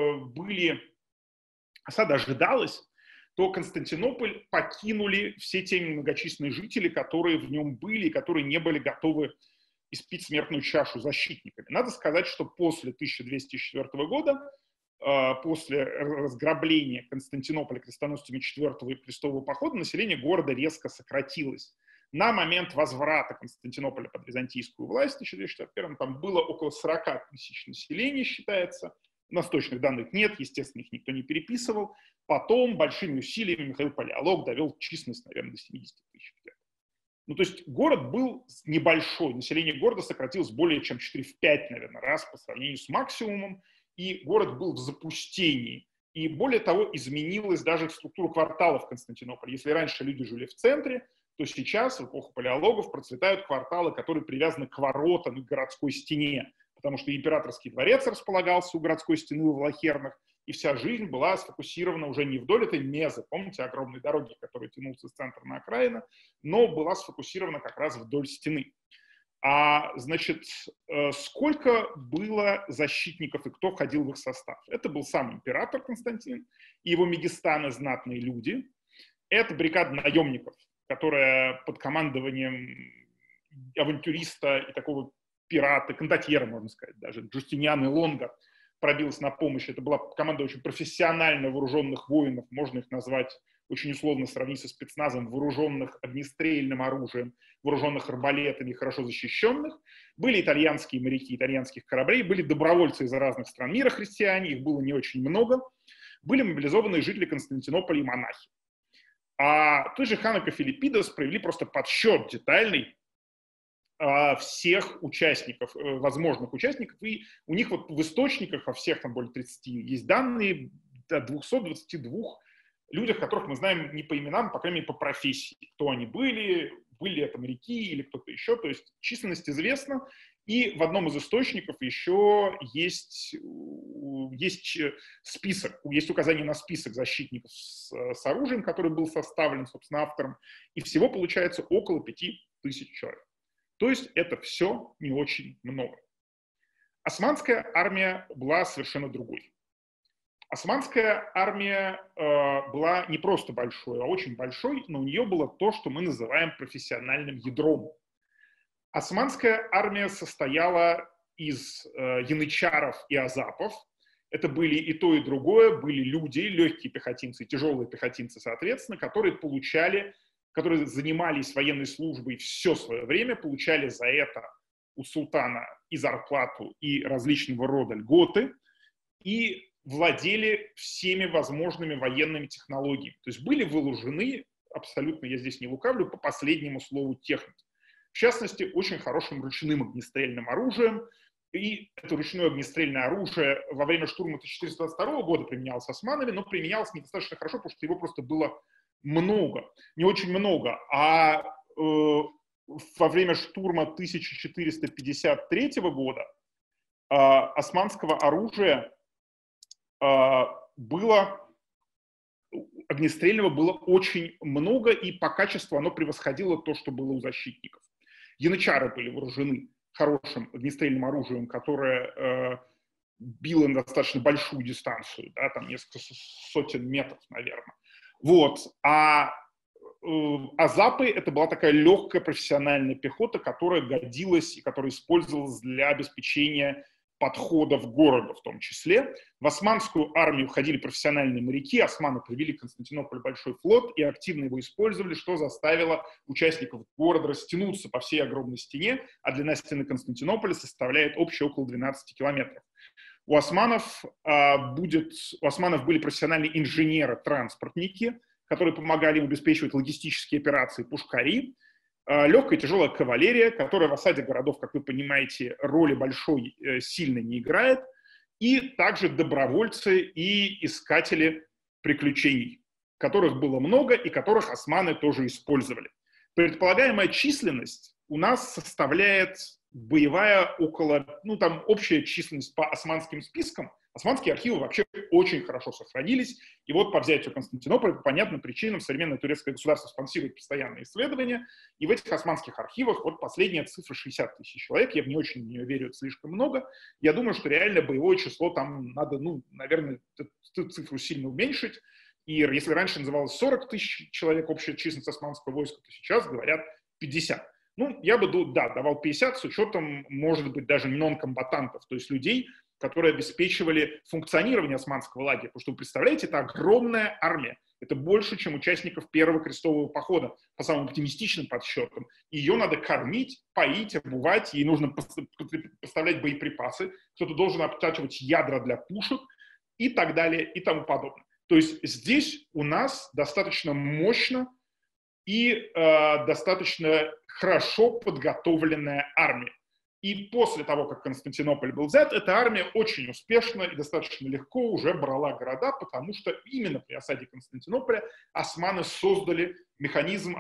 B: осада ожидалась, то Константинополь покинули все те немногочисленные жители, которые в нем были, которые не были готовы испить смертную чашу защитниками. Надо сказать, что после 1204 года, после разграбления Константинополя крестоносцами 4-го крестового похода, население города резко сократилось. На момент возврата Константинополя под византийскую власть в 1261 там было около 40 тысяч населения, считается. У нас точных данных нет, естественно, их никто не переписывал. Потом большими усилиями Михаил Палеолог довел численность, наверное, до 70 тысяч. Ну, то есть город был небольшой, население города сократилось более чем 4-5, наверное, раз по сравнению с максимумом, и город был в запустении. И более того, изменилась даже структура кварталов Константинополя. Если раньше люди жили в центре, то сейчас, в эпоху палеологов, процветают кварталы, которые привязаны к воротам и к городской стене, потому что императорский дворец располагался у городской стены у Влахернах, и вся жизнь была сфокусирована уже не вдоль этой мезы, помните, огромной дороги, которая тянулась из центра на окраину, но была сфокусирована как раз вдоль стены. Значит, сколько было защитников и кто входил в их состав? Это был сам император Константин и его мегистаны, знатные люди. Это бригада наемников, которая под командованием авантюриста и такого пирата, кондотьера, можно сказать, даже Джустиниана Лонга пробилась на помощь. Это была команда очень профессионально вооруженных воинов, можно их назвать очень условно сравнить со спецназом, вооруженных огнестрельным оружием, вооруженных арбалетами, хорошо защищенных. Были итальянские моряки итальянских кораблей, были добровольцы из разных стран мира, христиане, их было не очень много. Были мобилизованные жители Константинополя и монахи. А той же Ханок и Филиппидос провели просто подсчет детальный всех участников, возможных участников, и у них вот в источниках, во всех там более 30, есть данные о 222 людях, которых мы знаем не по именам, по крайней мере, по профессии. Кто они были это моряки или кто-то еще, то есть численность известна, и в одном из источников еще есть список, есть указание на список защитников с оружием, который был составлен, собственно, автором, и всего получается около 5000 человек. То есть это все не очень много. Османская армия была совершенно другой. Османская армия была не просто большой, а очень большой, но у нее было то, что мы называем профессиональным ядром. Османская армия состояла из янычаров и азапов. Это были и то, и другое. Были люди, легкие пехотинцы, тяжелые пехотинцы, соответственно, которые занимались военной службой все свое время, получали за это у султана и зарплату, и различного рода льготы, и владели всеми возможными военными технологиями. То есть были вооружены, абсолютно, я здесь не лукавлю, по последнему слову техники. В частности, очень хорошим ручным огнестрельным оружием. И это ручное огнестрельное оружие во время штурма 1422 года применялось османами, но применялось недостаточно хорошо, потому что его просто было много, не очень много. А во время штурма 1453 года османского оружия огнестрельного было очень много, и по качеству оно превосходило то, что было у защитников. Янычары были вооружены хорошим огнестрельным оружием, которое било на достаточно большую дистанцию, да, там несколько сотен метров, наверное. Вот. А азапы — это была такая легкая профессиональная пехота, которая годилась и которая использовалась для обеспечения подходов города в том числе. В османскую армию входили профессиональные моряки, османы привели в Константинополь большой флот и активно его использовали, что заставило участников города растянуться по всей огромной стене, а длина стены Константинополя составляет общее около 12 километров. У османов были профессиональные инженеры, транспортники, которые помогали им обеспечивать логистические операции, пушкари, легкая и тяжелая кавалерия, которая в осаде городов, как вы понимаете, роли большой сильно не играет, и также добровольцы и искатели приключений, которых было много и которых османы тоже использовали. Предполагаемая численность у нас составляет боевая общая численность по османским спискам. Османские архивы вообще очень хорошо сохранились. И вот по взятию Константинополя, по понятным причинам, современное турецкое государство спонсирует постоянные исследования. И в этих османских архивах вот последняя цифра 60 тысяч человек. Я не очень в нее верю, это слишком много. Я думаю, что реально боевое число там надо, наверное, эту цифру сильно уменьшить. И если раньше называлось 40 тысяч человек общая численность османского войска, то сейчас говорят 50. Я бы, давал 50 с учетом, может быть, даже нон-комбатантов, то есть людей, которые обеспечивали функционирование османского лагеря. Потому что вы представляете, это огромная армия. Это больше, чем участников первого крестового похода, по самым оптимистичным подсчетам. Ее надо кормить, поить, обувать, ей нужно поставлять боеприпасы, кто-то должен обтачивать ядра для пушек и так далее и тому подобное. То есть здесь у нас достаточно мощно и достаточно хорошо подготовленная армия. И после того, как Константинополь был взят, эта армия очень успешно и достаточно легко уже брала города, потому что именно при осаде Константинополя османы опробовали механизм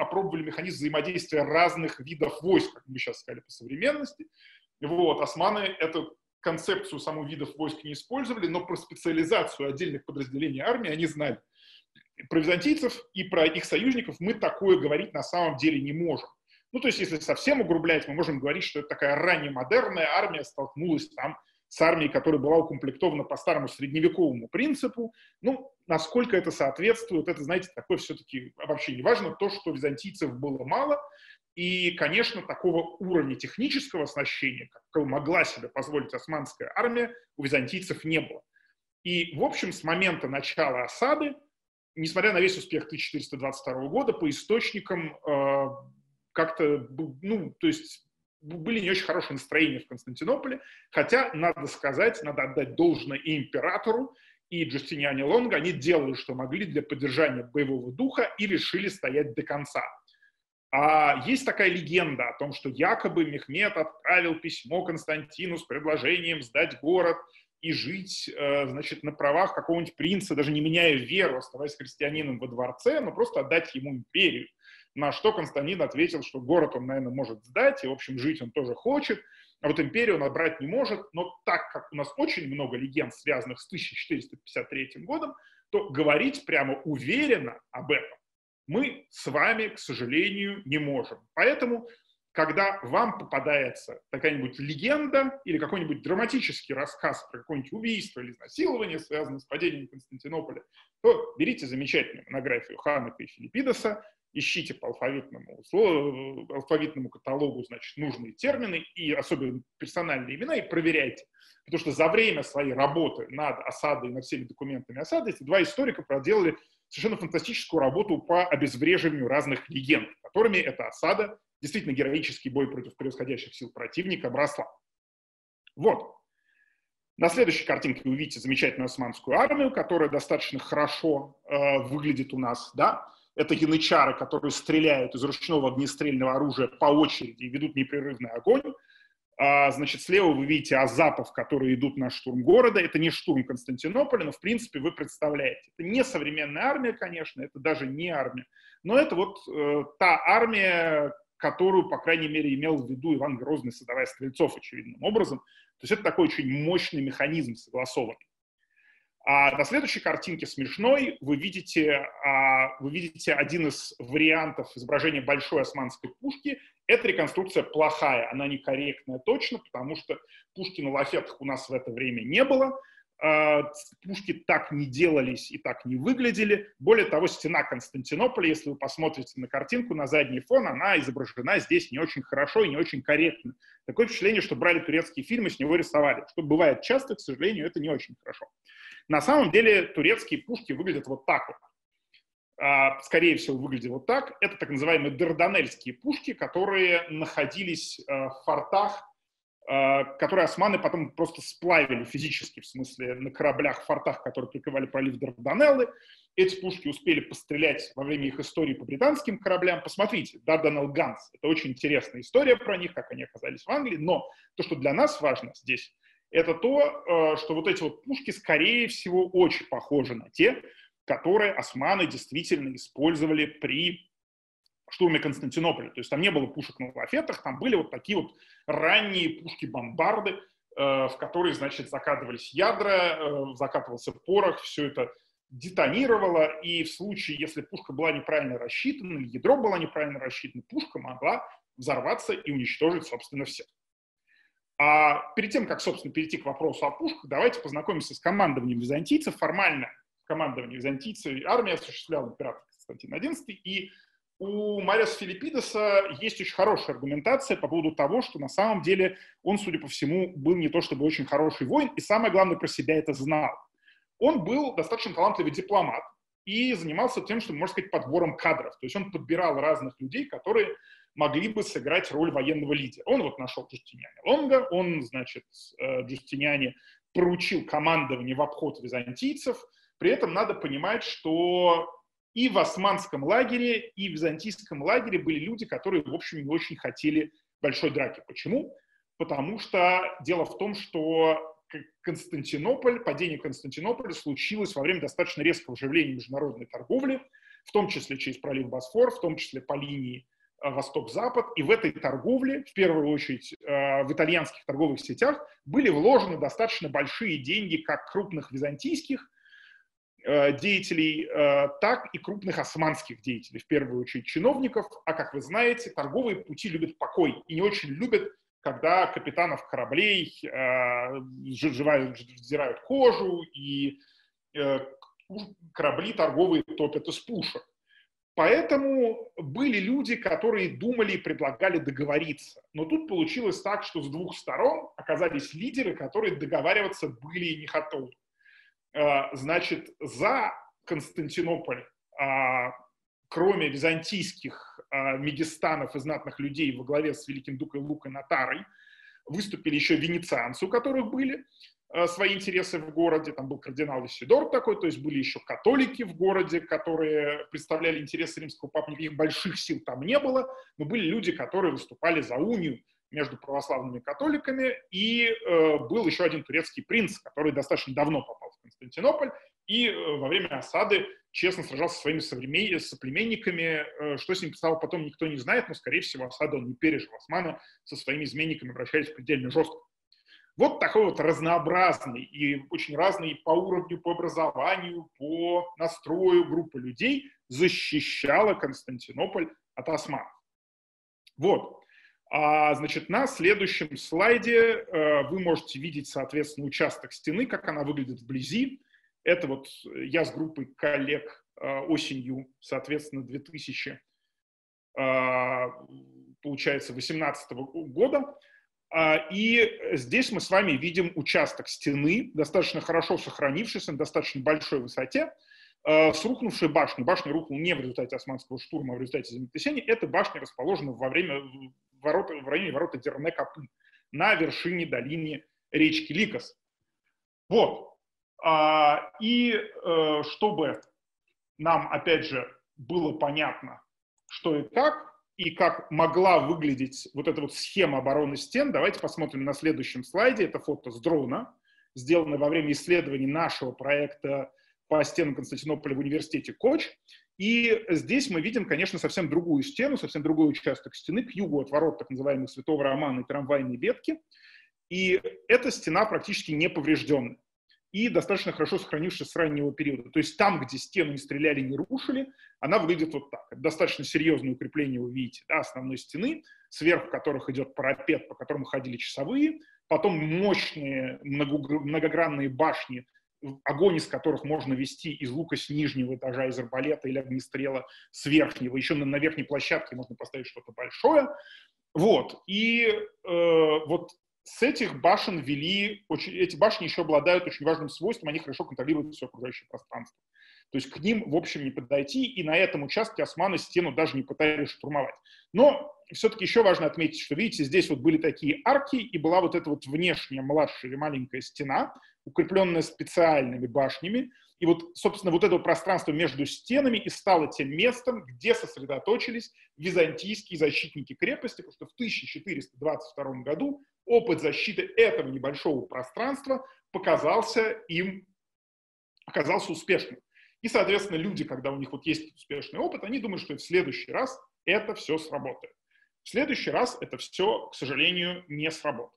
B: взаимодействия разных видов войск, как мы сейчас сказали по современности. Вот, османы это концепцию саму видов войск не использовали, но про специализацию отдельных подразделений армии они знали. Про византийцев и про их союзников мы такое говорить на самом деле не можем. Ну, то есть, если совсем угрублять, мы можем говорить, что это такая раннемодерная армия столкнулась там с армией, которая была укомплектована по старому средневековому принципу. Ну, насколько это соответствует, это, знаете, такое все-таки вообще не важно. То, что византийцев было мало, и, конечно, такого уровня технического оснащения, какого могла себе позволить османская армия, у византийцев не было. И, в общем, с момента начала осады, несмотря на весь успех 1422 года, по источникам как-то, ну, то есть были не очень хорошие настроения в Константинополе, хотя, надо сказать, надо отдать должное и императору, и Джустиниане Лонго, они делали, что могли для поддержания боевого духа и решили стоять до конца. А есть такая легенда о том, что якобы Мехмед отправил письмо Константину с предложением сдать город и жить, значит, на правах какого-нибудь принца, даже не меняя веру, оставаясь христианином во дворце, но просто отдать ему империю. На что Константин ответил, что город он, наверное, может сдать, и, в общем, жить он тоже хочет, а вот империю он отбрать не может. Но так как у нас очень много легенд, связанных с 1453 годом, то говорить прямо уверенно об этом мы с вами, к сожалению, не можем. Поэтому, когда вам попадается какая-нибудь легенда или какой-нибудь драматический рассказ про какое-нибудь убийство или изнасилование, связанное с падением Константинополя, то берите замечательную монографию Ханака и Филиппидеса, ищите по алфавитному каталогу, значит, нужные термины и особенно персональные имена и проверяйте. Потому что за время своей работы над осадой и над всеми документами осады эти два историка проделали совершенно фантастическую работу по обезвреживанию разных легенд, которыми эта осада, действительно героический бой против превосходящих сил противника, обросла. Вот. На следующей картинке вы увидите замечательную османскую армию, которая достаточно хорошо выглядит у нас, да. Это янычары, которые стреляют из ручного огнестрельного оружия по очереди и ведут непрерывный огонь. Значит, слева вы видите азапов, которые идут на штурм города. Это не штурм Константинополя, но, в принципе, вы представляете. Это не современная армия, конечно, это даже не армия. Но это вот та армия, которую, по крайней мере, имел в виду Иван Грозный, создавая стрельцов очевидным образом. То есть это такой очень мощный механизм согласованный. А на следующей картинке смешной вы видите один из вариантов изображения большой османской пушки. Эта реконструкция плохая, она некорректная точно, потому что пушки на лафетах у нас в это время не было. Пушки так не делались и так не выглядели. Более того, стена Константинополя, если вы посмотрите на картинку, на задний фон, она изображена здесь не очень хорошо и не очень корректно. Такое впечатление, что брали турецкие фильмы, с него рисовали. Что бывает часто, к сожалению, это не очень хорошо. На самом деле турецкие пушки выглядят вот так вот. Скорее всего, выглядят вот так. Это так называемые дарданельские пушки, которые находились в фортах, которые османы потом просто сплавили физически, в смысле на кораблях, в фортах, которые прикрывали пролив Дарданеллы. Эти пушки успели пострелять во время их истории по британским кораблям. Посмотрите, Дарданелл Ганс. Это очень интересная история про них, как они оказались в Англии. Но то, что для нас важно здесь, это то, что вот эти вот пушки, скорее всего, очень похожи на те, которые османы действительно использовали при штурме Константинополя. То есть там не было пушек на лафетах, там были вот такие вот ранние пушки-бомбарды, в которые, значит, закатывались ядра, закатывался порох, все это детонировало, и в случае, если пушка была неправильно рассчитана, или ядро было неправильно рассчитано, пушка могла взорваться и уничтожить, собственно, всех. А перед тем, как, собственно, перейти к вопросу о пушках, давайте познакомимся с командованием византийцев. Формально командование византийцев армия осуществлял император Константин XI, и у Мариуса Филиппидеса есть очень хорошая аргументация по поводу того, что на самом деле он, судя по всему, был не то чтобы очень хороший воин, и самое главное, про себя это знал. Он был достаточно талантливый дипломат и занимался тем, что, можно сказать, подбором кадров. То есть он подбирал разных людей, которые могли бы сыграть роль военного лидера. Он вот нашел Джустиниане Лонго, он, значит, Джустиниане поручил командование в обход византийцев. При этом надо понимать, что и в османском лагере, и в византийском лагере были люди, которые, в общем, не очень хотели большой драки. Почему? Потому что дело в том, что падение Константинополя случилось во время достаточно резкого оживления международной торговли, в том числе через пролив Босфор, в том числе по линии восток-запад, и в этой торговле, в первую очередь в итальянских торговых сетях, были вложены достаточно большие деньги как крупных византийских деятелей, так и крупных османских деятелей, в первую очередь чиновников. А как вы знаете, торговые пути любят покой и не очень любят, когда капитанов кораблей сдирают кожу и корабли торговые топят из пушек. Поэтому были люди, которые думали и предлагали договориться. Но тут получилось так, что с двух сторон оказались лидеры, которые договариваться были не готовы. Значит, за Константинополь, кроме византийских мегистанов и знатных людей во главе с великим дукой Лукой Натарой, выступили еще венецианцы, у которых были свои интересы в городе. Там был кардинал Исидор такой, то есть были еще католики в городе, которые представляли интересы римского папы. Никаких больших сил там не было, но были люди, которые выступали за унию между православными католиками, и был еще один турецкий принц, который достаточно давно попал в Константинополь, и во время осады честно сражался со своими соплеменниками. Что с ним стало потом, никто не знает, но, скорее всего, осаду он не пережил. Османы со своими изменниками обращались предельно жестко. Вот такой вот разнообразный и очень разный по уровню, по образованию, по настрою группа людей защищала Константинополь от османов. Вот. Значит, на следующем слайде вы можете видеть, соответственно, участок стены, как она выглядит вблизи. Это вот я с группой коллег осенью, соответственно, 2018 года. И здесь мы с вами видим участок стены, достаточно хорошо сохранившийся, на достаточно большой высоте, с рухнувшей башней. Башня рухнула не в результате османского штурма, а в результате землетрясения. Эта башня расположена в районе ворота Дерне-Капы, на вершине долины речки Ликос. Вот. И чтобы нам, опять же, было понятно, что и как могла выглядеть вот эта вот схема обороны стен, давайте посмотрим на следующем слайде. Это фото с дрона, сделанное во время исследований нашего проекта по стенам Константинополя в университете Коч. И здесь мы видим, конечно, совсем другую стену, совсем другой участок стены к югу от ворот так называемых Святого Романа и трамвайной ветки. И эта стена практически не поврежденная и достаточно хорошо сохранившаяся с раннего периода. То есть там, где стену не стреляли, не рушили, она выглядит вот так. Это достаточно серьезное укрепление, вы видите, да, основной стены, сверху которых идет парапет, по которому ходили часовые, потом мощные многогранные башни, огонь из которых можно вести из лука с нижнего этажа, из арбалета или огнестрела с верхнего. Еще на верхней площадке можно поставить что-то большое. Вот. И вот с этих башен эти башни еще обладают очень важным свойством, они хорошо контролируют все окружающее пространство. То есть к ним, в общем, не подойти, и на этом участке османы стену даже не пытались штурмовать. Но все-таки еще важно отметить, что, видите, здесь вот были такие арки, и была вот эта вот внешняя, младшая или маленькая стена, укрепленная специальными башнями. И вот, собственно, вот это пространство между стенами и стало тем местом, где сосредоточились византийские защитники крепости, потому что в 1422 году опыт защиты этого небольшого пространства оказался успешным. И, соответственно, люди, когда у них вот есть успешный опыт, они думают, что в следующий раз это все сработает. В следующий раз это все, к сожалению, не сработает.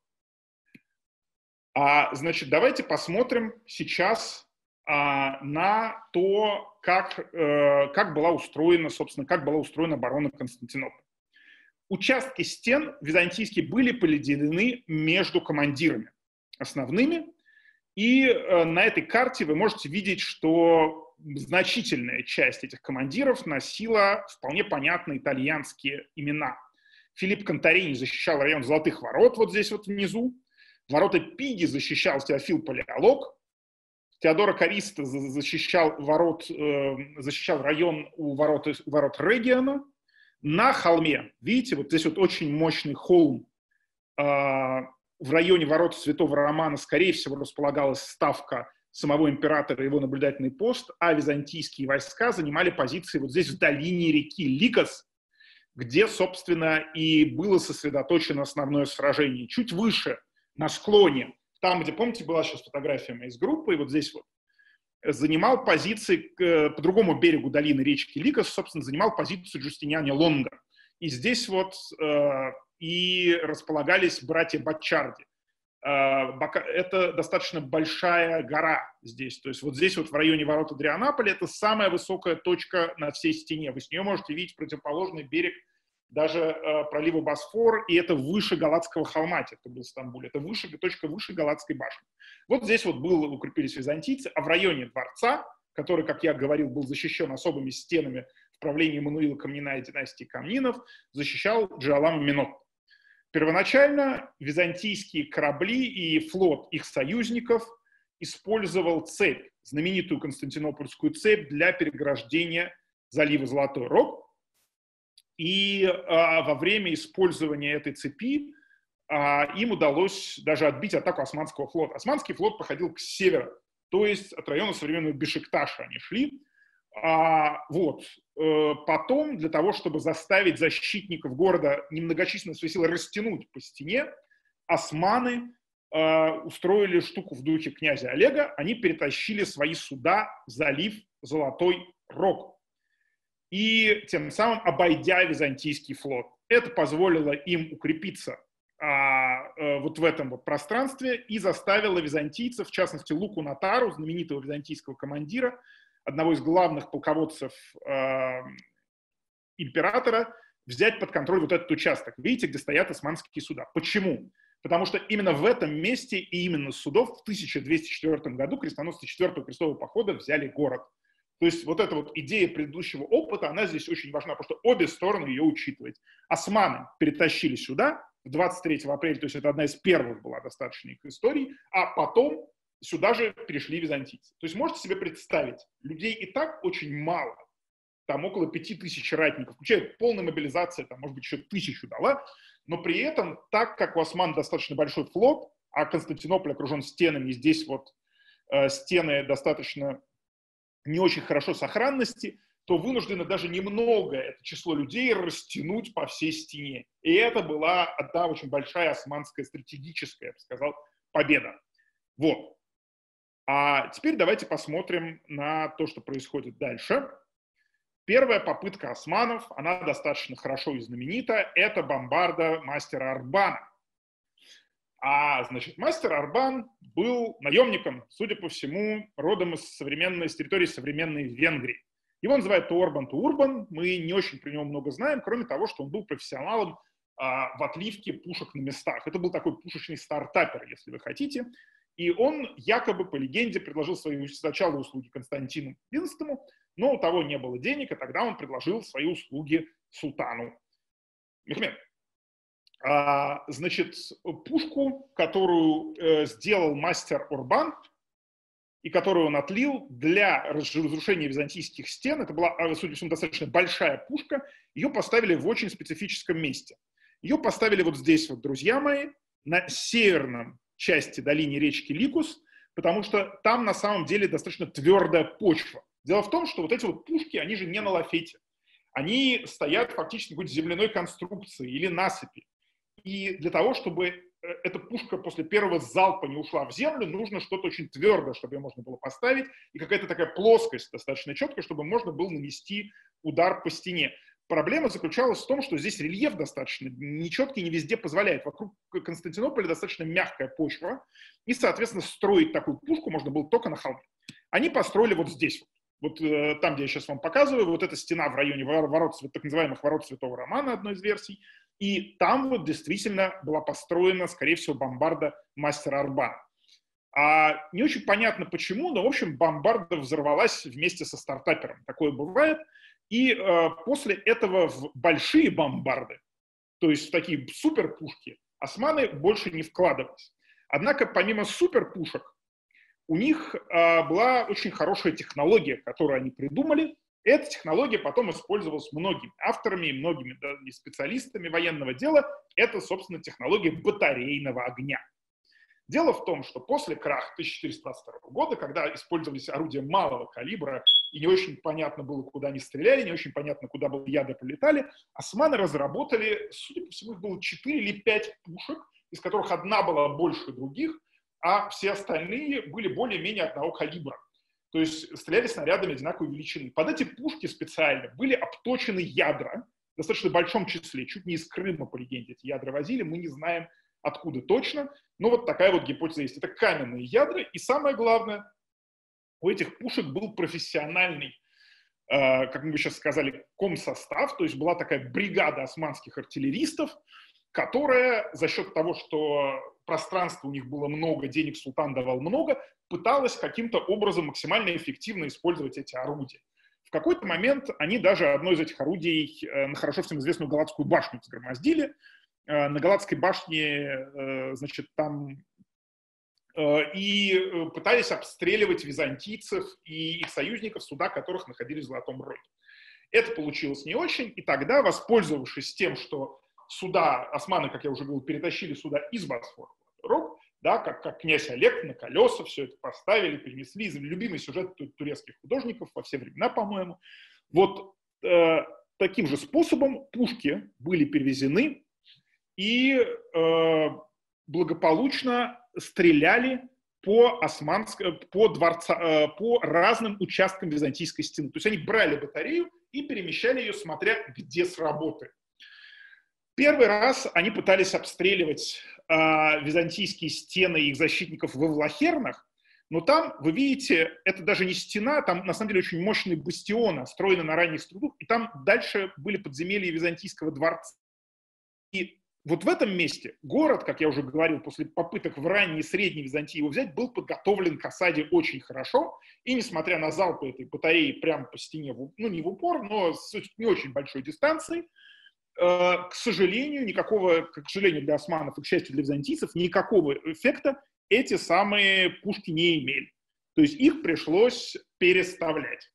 B: Значит, давайте посмотрим сейчас на то, как была устроена, собственно, как была устроена оборона Константинополя. Участки стен византийские были поделены между командирами основными, и на этой карте вы можете видеть, что значительная часть этих командиров носила вполне понятные итальянские имена. Филипп Конторини защищал район Золотых Ворот, вот здесь вот внизу. Ворота Пиги защищал Теофил Палеолог. Теодоро Кариста защищал район у ворот Региона. На холме, видите, вот здесь вот очень мощный холм. В районе ворот Святого Романа, скорее всего, располагалась ставка самого императора и его наблюдательный пост, а византийские войска занимали позиции вот здесь в долине реки Ликос, где, собственно, и было сосредоточено основное сражение. Чуть выше, на склоне, там, где, помните, была сейчас фотография моей с группой, вот здесь вот, занимал позиции по другому берегу долины речки Ликос, собственно, занимал позицию Джустиниани Лонго. И здесь вот и располагались братья Баччарди. Это достаточно большая гора здесь. То есть вот здесь вот в районе ворот Адрианаполя это самая высокая точка на всей стене. Вы с нее можете видеть противоположный берег даже пролива Босфор, и это выше Галатского холма, это был Стамбул, это точка выше Галатской башни. Вот здесь вот укрепились византийцы, а в районе дворца, который, как я говорил, был защищен особыми стенами в правлении Эммануила Комнина и династии Комнинов, защищал Джероламо Минотто. Первоначально византийские корабли и флот их союзников использовал цепь, знаменитую Константинопольскую цепь для переграждения залива Золотой Рог. И во время использования этой цепи им удалось даже отбить атаку Османского флота. Османский флот походил к северу, то есть от района современного Бешикташа они шли. Потом, для того, чтобы заставить защитников города немногочисленные свои силы растянуть по стене, османы устроили штуку в духе князя Олега, они перетащили свои суда в залив Золотой Рог. И тем самым обойдя византийский флот. Это позволило им укрепиться вот в этом вот пространстве и заставило византийцев, в частности Луку Натару, знаменитого византийского командира, одного из главных полководцев императора, взять под контроль вот этот участок. Видите, где стоят османские суда. Почему? Потому что именно в этом месте и именно с судов в 1204 году крестоносцы 4-го крестового похода взяли город. То есть вот эта вот идея предыдущего опыта, она здесь очень важна, потому что обе стороны ее учитывают. Османы перетащили сюда 23 апреля, то есть это одна из первых была достаточно их историй, а потом сюда же перешли византийцы. То есть можете себе представить, людей и так очень мало, там около 5000 ратников, включая полная мобилизация, там может быть еще 1000 дала, но при этом, так как у осман достаточно большой флот, а Константинополь окружен стенами, и здесь вот стены достаточно не очень хорошо сохранности, то вынуждены даже немного это число людей растянуть по всей стене. И это была одна очень большая османская стратегическая, я бы сказал, победа. Вот. А теперь давайте посмотрим на то, что происходит дальше. Первая попытка османов, она достаточно хорошо и знаменита, это бомбарда мастера Арбана. Значит, мастер Арбан был наемником, судя по всему, родом из территории современной Венгрии. Его называют то Орбан, то Урбан. Мы не очень про него много знаем, кроме того, что он был профессионалом в отливке пушек на местах. Это был такой пушечный стартапер, если вы хотите. И он якобы, по легенде, предложил свои сначала услуги Константину XI, но у того не было денег, и тогда он предложил свои услуги султану Мехмеду. Значит, пушку, которую сделал мастер Урбан, и которую он отлил для разрушения византийских стен, это была, судя по всему, достаточно большая пушка, ее поставили в очень специфическом месте. Ее поставили вот здесь, вот, друзья мои, на северном части долины речки Ликус, потому что там на самом деле достаточно твердая почва. Дело в том, что вот эти вот пушки, они же не на лафете. Они стоят фактически в какой-то земляной конструкции или насыпи. И для того, чтобы эта пушка после первого залпа не ушла в землю, нужно что-то очень твердое, чтобы ее можно было поставить, и какая-то такая плоскость достаточно четкая, чтобы можно было нанести удар по стене. Проблема заключалась в том, что здесь рельеф достаточно нечеткий, не везде позволяет. Вокруг Константинополя достаточно мягкая почва, и, соответственно, строить такую пушку можно было только на холме. Они построили вот здесь вот там, где я сейчас вам показываю, вот эта стена в районе ворот, так называемых ворот Святого Романа, одной из версий, и там вот действительно была построена, скорее всего, бомбарда мастера Арбана. Не очень понятно почему, но, в общем, бомбарда взорвалась вместе со стартапером. Такое бывает. И после этого в большие бомбарды, то есть в такие суперпушки, османы больше не вкладывались. Однако, помимо суперпушек, у них была очень хорошая технология, которую они придумали. Эта технология потом использовалась многими авторами и многими специалистами военного дела. Это, собственно, технология батарейного огня. Дело в том, что после краха 1422 года, когда использовались орудия малого калибра, и не очень понятно было, куда они стреляли, не очень понятно, куда яды полетали, османы разработали, судя по всему, их было 4 или 5 пушек, из которых одна была больше других, а все остальные были более-менее одного калибра. То есть стреляли снарядами одинаковой величины. Под эти пушки специально были обточены ядра, достаточно большом числе, чуть не из Крыма, по легенде, эти ядра возили, мы не знаем, откуда точно, но вот такая вот гипотеза есть. Это каменные ядра, и самое главное, у этих пушек был профессиональный, как мы бы сейчас сказали, комсостав, то есть была такая бригада османских артиллеристов, которая за счет того, что пространства у них было много, денег султан давал много, пыталась каким-то образом максимально эффективно использовать эти орудия. В какой-то момент они даже одно из этих орудий на хорошо всем известную Галатскую башню взгромоздили. На Галатской башне, значит, там и пытались обстреливать византийцев и их союзников, суда которых находились в Золотом Роге. Это получилось не очень, и тогда, воспользовавшись тем, что суда, османы, как я уже говорил, перетащили суда из Босфора в Рог, да, как князь Олег на колеса все это поставили, перенесли, любимый сюжет турецких художников во все времена, по-моему. Вот таким же способом пушки были перевезены и благополучно стреляли по разным участкам византийской стены. То есть они брали батарею и перемещали ее, смотря где сработает. Первый раз они пытались обстреливать византийские стены и их защитников во Влахернах, но там, вы видите, это даже не стена, там на самом деле очень мощные бастионы, строены на ранних струнах, и там дальше были подземелья византийского дворца. И вот в этом месте город, как я уже говорил, после попыток в ранней и средней Византии его взять, был подготовлен к осаде очень хорошо, и несмотря на залпы этой батареи прямо по стене, ну не в упор, но с не очень большой дистанции, к сожалению, для османов и, к счастью, для византийцев, никакого эффекта эти самые пушки не имели. То есть их пришлось переставлять.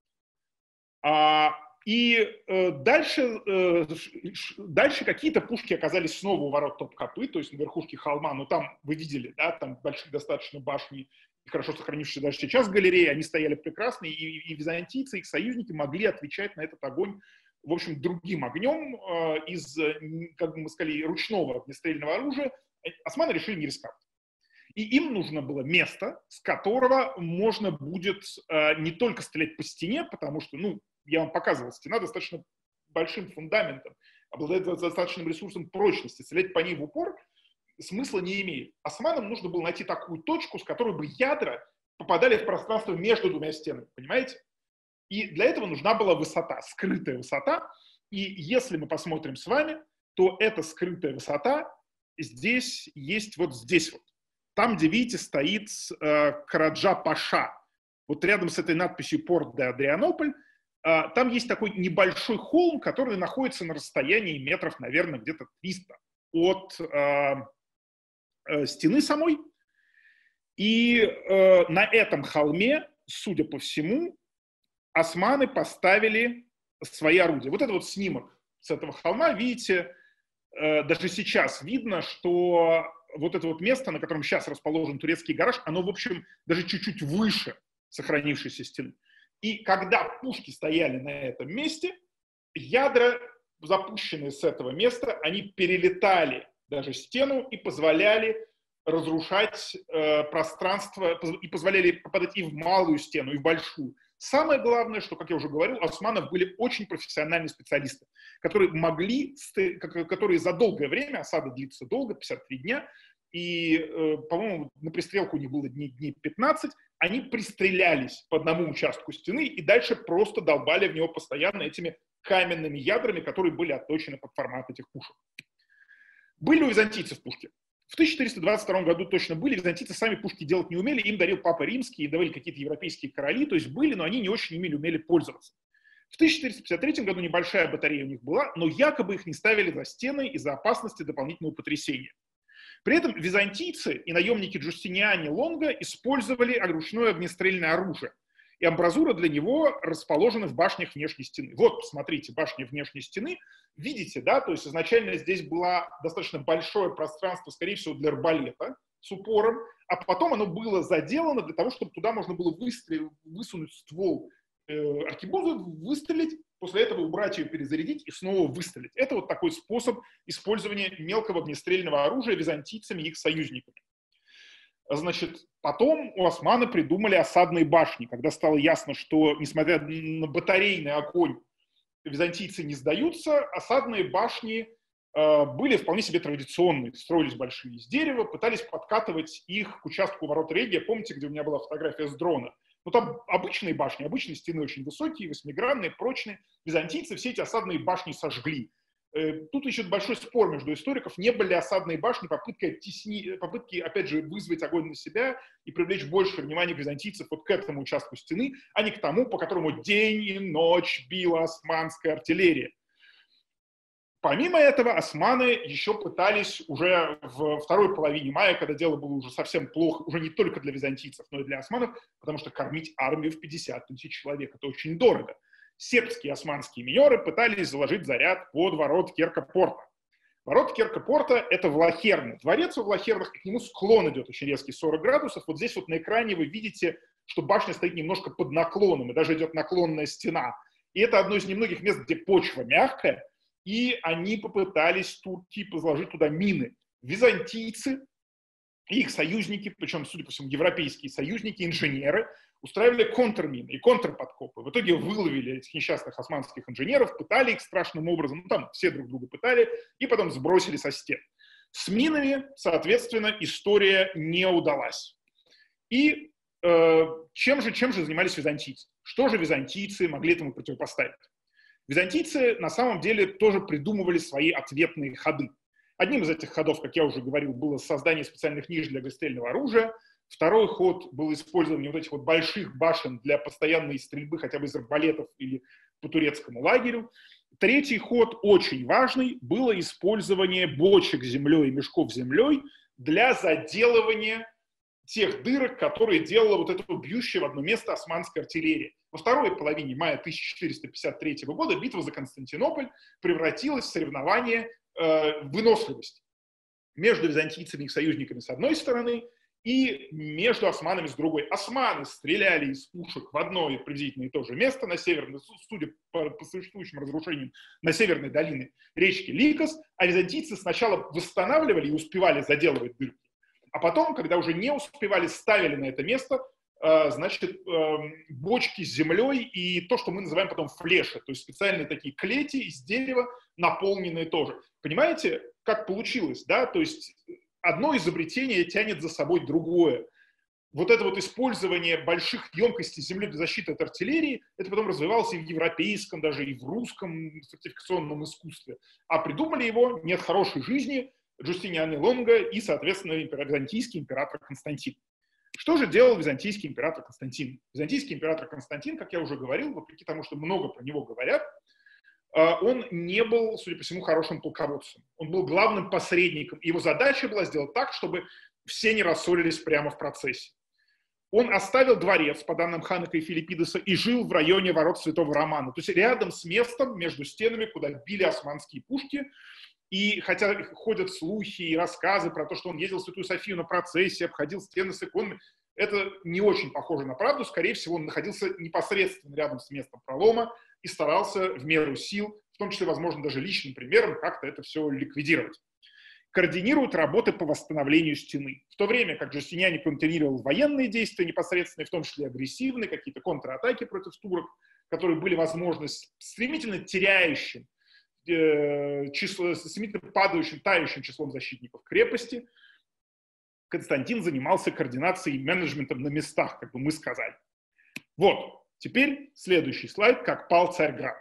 B: И дальше какие-то пушки оказались снова у ворот Топкапы, то есть на верхушке холма, но там, вы видели, да, там большие достаточно башни, хорошо сохранившиеся даже сейчас галереи, они стояли прекрасно, и византийцы, их союзники могли отвечать на этот огонь, в общем, другим огнем из, как мы сказали, ручного огнестрельного оружия. Османы решили не рисковать. И им нужно было место, с которого можно будет не только стрелять по стене, потому что, ну, я вам показывал, стена достаточно большим фундаментом, обладает достаточным ресурсом прочности. Стрелять по ней в упор смысла не имеет. Османам нужно было найти такую точку, с которой бы ядра попадали в пространство между двумя стенами, понимаете? И для этого нужна была высота, скрытая высота. И если мы посмотрим с вами, то эта скрытая высота здесь есть вот здесь вот. Там, где, видите, стоит Караджа-Паша. Вот рядом с этой надписью «Порт де Адрианополь», там есть такой небольшой холм, который находится на расстоянии метров, наверное, где-то 300 от стены самой. И на этом холме, судя по всему, османы поставили свои орудия. Вот это вот снимок с этого холма, видите, даже сейчас видно, что вот это вот место, на котором сейчас расположен турецкий гараж, оно, в общем, даже чуть-чуть выше сохранившейся стены. И когда пушки стояли на этом месте, ядра, запущенные с этого места, они перелетали даже стену и позволяли разрушать пространство, и позволяли попадать и в малую стену, и в большую. Самое главное, что, как я уже говорил, у османов были очень профессиональные специалисты, которые за долгое время, осада длится долго, 53 дня, и, по-моему, на пристрелку у них было дней 15, они пристрелялись по одному участку стены и дальше просто долбали в него постоянно этими каменными ядрами, которые были отточены под формат этих пушек. Были у византийцев пушки? В 1422 году точно были, византийцы сами пушки делать не умели, им дарил Папа Римский, им давали какие-то европейские короли, то есть были, но они не очень ими умели пользоваться. В 1453 году небольшая батарея у них была, но якобы их не ставили за стены из-за опасности дополнительного потрясения. При этом византийцы и наемники Джустиниани Лонго использовали ручное огнестрельное оружие, и амбразура для него расположена в башнях внешней стены. Вот, посмотрите, башня внешней стены. Видите, да, то есть изначально здесь было достаточно большое пространство, скорее всего, для арбалета с упором, а потом оно было заделано для того, чтобы туда можно было высунуть ствол аркебузы, выстрелить, после этого убрать ее, перезарядить и снова выстрелить. Это вот такой способ использования мелкого огнестрельного оружия византийцами и их союзниками. Значит, потом у османы придумали осадные башни, когда стало ясно, что, несмотря на батарейный огонь, византийцы не сдаются, осадные башни были вполне себе традиционные, строились большие из дерева, пытались подкатывать их к участку ворот Регия. Помните, где у меня была фотография с дрона? Ну, там обычные башни, обычные стены очень высокие, восьмигранные, прочные. Византийцы все эти осадные башни сожгли. Тут еще большой спор между историков, не были осадные башни попытки, опять же, вызвать огонь на себя и привлечь больше внимания византийцев вот к этому участку стены, а не к тому, по которому день и ночь била османская артиллерия. Помимо этого, османы еще пытались уже в второй половине мая, когда дело было уже совсем плохо, уже не только для византийцев, но и для османов, потому что кормить армию в 50 тысяч человек – это очень дорого. Сербские и османские минеры пытались заложить заряд под ворот Керка-Порта. Ворота Керка-Порта – это Влахерна. Дворец у Влахернах, к нему склон идет очень резкий, 40 градусов. Вот здесь вот на экране вы видите, что башня стоит немножко под наклоном, и даже идет наклонная стена. И это одно из немногих мест, где почва мягкая, и они попытались, турки, заложить туда мины. Византийцы и их союзники, причем, судя по всему, европейские союзники, инженеры, устраивали контрмины и контрподкопы. В итоге выловили этих несчастных османских инженеров, пытали их страшным образом, ну там все друг друга пытали, и потом сбросили со стен. С минами, соответственно, история не удалась. И чем же занимались византийцы? Что же византийцы могли этому противопоставить? Византийцы на самом деле тоже придумывали свои ответные ходы. Одним из этих ходов, как я уже говорил, было создание специальных ниш для огнестрельного оружия. Второй ход был использование вот этих вот больших башен для постоянной стрельбы хотя бы из арбалетов или по турецкому лагерю. Третий ход, очень важный, было использование бочек с землей и мешков с землей для заделывания тех дырок, которые делала вот эта бьющая в одно место османская артиллерия. Во второй половине мая 1453 года битва за Константинополь превратилась в соревнование выносливости между византийцами и их союзниками с одной стороны и между османами с другой. Османы стреляли из пушек в одно и приблизительно и то же место, на северной, судя по существующим разрушениям, на северной долине речки Ликос, а византийцы сначала восстанавливали и успевали заделывать дырки, а потом, когда уже не успевали, ставили на это место, значит, бочки с землей и то, что мы называем потом флеши, то есть специальные такие клети из дерева, наполненные тоже. Понимаете, как получилось, да? То есть одно изобретение тянет за собой другое. Вот это вот использование больших емкостей земли для защиты от артиллерии, это потом развивалось и в европейском, даже и в русском фортификационном искусстве. А придумали его «Нет хорошей жизни» Джустиниан Лонго и, соответственно, византийский император Константин. Что же делал византийский император Константин? Византийский император Константин, как я уже говорил, вопреки тому, что много про него говорят, он не был, судя по всему, хорошим полководцем. Он был главным посредником. Его задача была сделать так, чтобы все не рассорились прямо в процессе. Он оставил дворец, по данным Ханака и Филиппидеса, и жил в районе ворот Святого Романа. То есть рядом с местом, между стенами, куда били османские пушки. И хотя ходят слухи и рассказы про то, что он ездил в Святую Софию на процессе, обходил стены с иконами, это не очень похоже на правду. Скорее всего, он находился непосредственно рядом с местом пролома и старался в меру сил, в том числе, возможно, даже личным примером, как-то это все ликвидировать. Координирует работы по восстановлению стены. В то время как Джустиниан координировал военные действия непосредственные, в том числе агрессивные, какие-то контратаки против турок, которые были возможны стремительно теряющим стремительно падающим, тающим числом защитников крепости, Константин занимался координацией и менеджментом на местах, как бы мы сказали. Вот, теперь следующий слайд, как пал Царьград.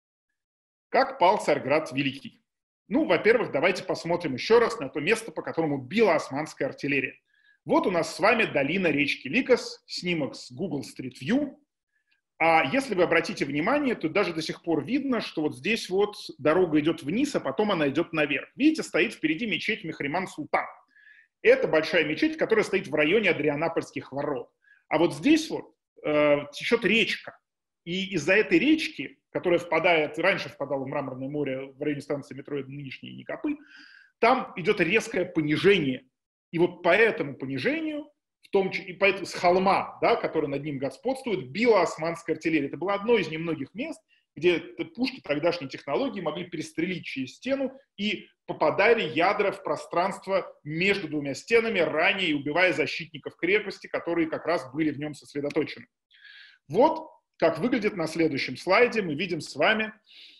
B: Как пал Царьград Великий? Ну, во-первых, давайте посмотрим еще раз на то место, по которому била османская артиллерия. Вот у нас с вами долина речки Ликос, снимок с Google Street View. А если вы обратите внимание, то даже до сих пор видно, что вот здесь вот дорога идет вниз, а потом она идет наверх. Видите, стоит впереди мечеть Мехриман-Султан. Это большая мечеть, которая стоит в районе Адрианопольских ворот. А вот здесь вот течет речка. И из-за этой речки, которая раньше впадала в Мраморное море в районе станции метро нынешней Никопы, там идет резкое понижение. И вот по этому понижению, и поэтому с холма, да, который над ним господствует, била османская артиллерия. Это было одно из немногих мест, где пушки тогдашней технологии могли перестрелить через стену и попадали ядра в пространство между двумя стенами, ранее убивая защитников крепости, которые как раз были в нем сосредоточены. Вот как выглядит на следующем слайде. Мы видим с вами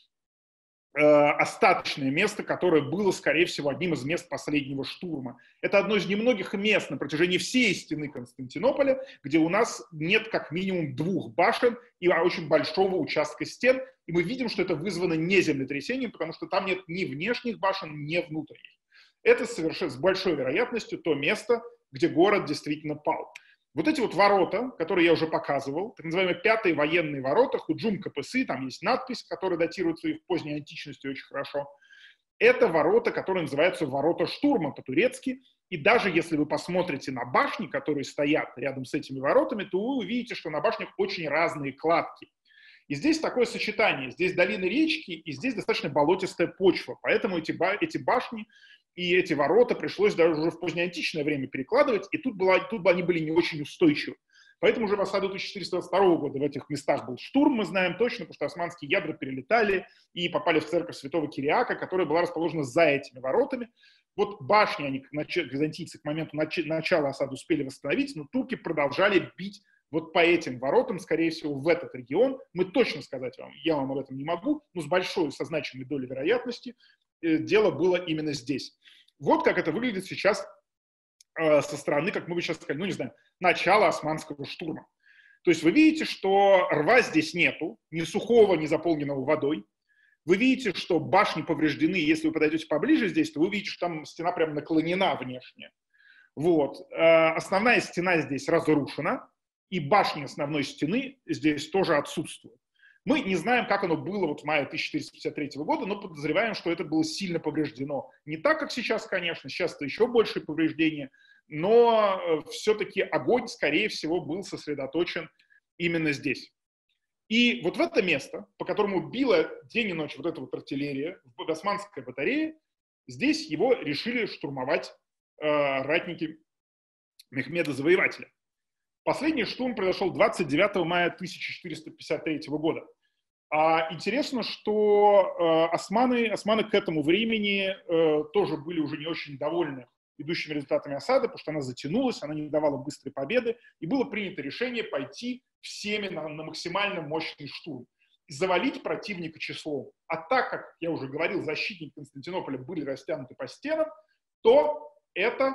B: остаточное место, которое было, скорее всего, одним из мест последнего штурма. Это одно из немногих мест на протяжении всей стены Константинополя, где у нас нет как минимум 2 башен и очень большого участка стен. И мы видим, что это вызвано не землетрясением, потому что там нет ни внешних башен, ни внутренних. Это совершенно с большой вероятностью то место, где город действительно пал. Вот эти вот ворота, которые я уже показывал, так называемые 5-е военные ворота, Худжум-Капысы, там есть надпись, которая датируется их поздней античностью очень хорошо. Это ворота, которые называются ворота штурма по-турецки. И даже если вы посмотрите на башни, которые стоят рядом с этими воротами, то вы увидите, что на башнях очень разные кладки. И здесь такое сочетание. Здесь долины речки, и здесь достаточно болотистая почва. Поэтому эти башни и эти ворота пришлось даже уже в позднеантичное время перекладывать, и тут они были не очень устойчивы. Поэтому уже в осаду 1422 года в этих местах был штурм, мы знаем точно, потому что османские ядра перелетали и попали в церковь святого Кириака, которая была расположена за этими воротами. Вот башни они, византийцы, к моменту начала осады успели восстановить, но турки продолжали бить вот по этим воротам, скорее всего, в этот регион. Мы точно сказать я вам об этом не могу, но с большой со значимой долей вероятности дело было именно здесь. Вот как это выглядит сейчас со стороны, как мы бы сейчас сказали, начала османского штурма. То есть вы видите, что рва здесь нету, ни сухого, ни заполненного водой. Вы видите, что башни повреждены. Если вы подойдете поближе здесь, то вы увидите, что там стена прям наклонена внешне. Вот. Основная стена здесь разрушена, и башни основной стены здесь тоже отсутствуют. Мы не знаем, как оно было в мае 1453 года, но подозреваем, что это было сильно повреждено. Не так, как сейчас, конечно, сейчас это еще большее повреждение, но все-таки огонь, скорее всего, был сосредоточен именно здесь. И вот в это место, по которому била день и ночь вот эта вот артиллерия, османская батарея, здесь его решили штурмовать ратники Мехмеда Завоевателя. Последний штурм произошел 29 мая 1453 года. Интересно, что османы к этому времени тоже были уже не очень довольны идущими результатами осады, потому что она затянулась, она не давала быстрой победы, и было принято решение пойти всеми на максимально мощный штурм и завалить противника числом. А так как, я уже говорил, защитники Константинополя были растянуты по стенам, то это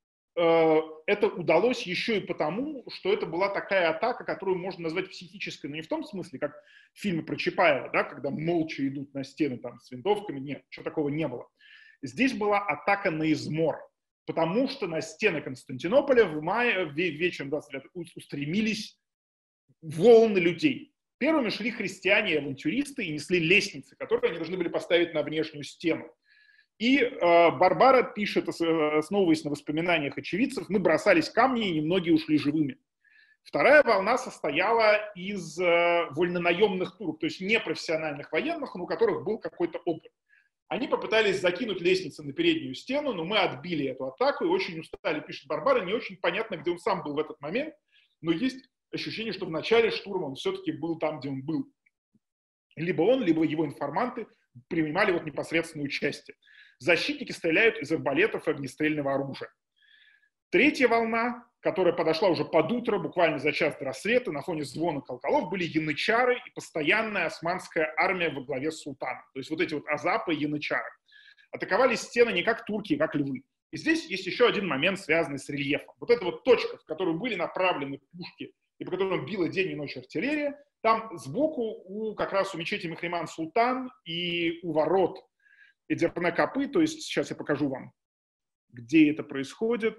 B: удалось еще и потому, что это была такая атака, которую можно назвать психической, но не в том смысле, как в фильме про Чапаева, да, когда молча идут на стены там, с винтовками. Нет, ничего такого не было. Здесь была атака на измор, потому что на стены Константинополя в мае, вечером 20 устремились волны людей. Первыми шли христиане и авантюристы и несли лестницы, которые они должны были поставить на внешнюю стену. И Барбара пишет, основываясь на воспоминаниях очевидцев, мы бросались камни, и немногие ушли живыми. Вторая волна состояла из вольнонаемных турок, то есть непрофессиональных военных, но у которых был какой-то опыт. Они попытались закинуть лестницы на переднюю стену, но мы отбили эту атаку и очень устали, пишет Барбара. Не очень понятно, где он сам был в этот момент, но есть ощущение, что в начале штурма он все-таки был там, где он был. Либо он, либо его информанты принимали вот непосредственное участие. Защитники стреляют из арбалетов и огнестрельного оружия. Третья волна, которая подошла уже под утро, буквально за час до рассвета, на фоне звона колоколов, были янычары и постоянная османская армия во главе с султаном. То есть вот эти вот азапы и янычары. Атаковали стены не как турки, а как львы. И здесь есть еще один момент, связанный с рельефом. Вот эта вот точка, в которую были направлены пушки и по которым била день и ночь артиллерия, там сбоку как раз у мечети Мехриман-Султан и у ворот Эдирне-Капы, то есть сейчас я покажу вам, где это происходит.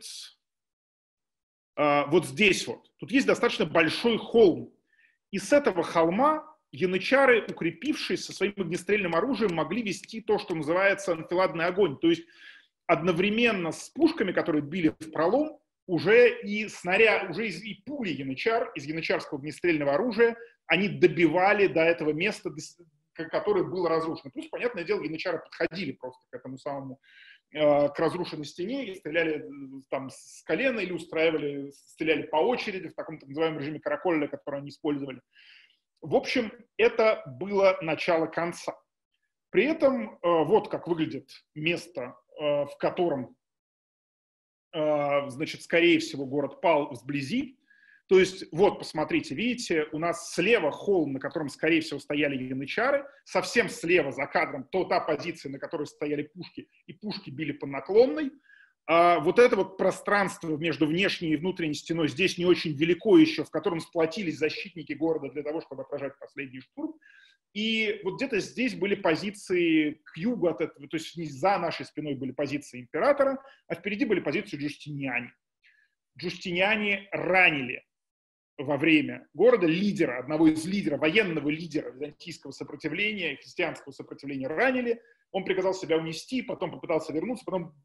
B: Вот здесь вот. Тут есть достаточно большой холм. И с этого холма янычары, укрепившись со своим огнестрельным оружием, могли вести то, что называется анфиладный огонь. То есть одновременно с пушками, которые били в пролом, уже и пули янычар, из янычарского огнестрельного оружия, они добивали до этого места, которое было разрушено. Плюс, понятное дело, янычары подходили просто к этому самому, к разрушенной стене и стреляли там с колена или стреляли по очереди в таком так называемом режиме караколя, который они использовали. В общем, это было начало конца. При этом вот как выглядит место, в котором, значит, скорее всего, город пал вблизи. То есть, вот, посмотрите, видите, у нас слева холм, на котором, скорее всего, стояли янычары, совсем слева за кадром та позиция, на которой стояли пушки, и пушки били по наклонной. А вот это вот пространство между внешней и внутренней стеной здесь не очень велико еще, в котором сплотились защитники города для того, чтобы отражать последний штурм. И вот где-то здесь были позиции к югу от этого, то есть за нашей спиной были позиции императора, а впереди были позиции Джустиниани. Джустиниани ранили во время города лидера, одного из лидеров, военного лидера византийского сопротивления, христианского сопротивления ранили. Он приказал себя унести, потом попытался вернуться, потом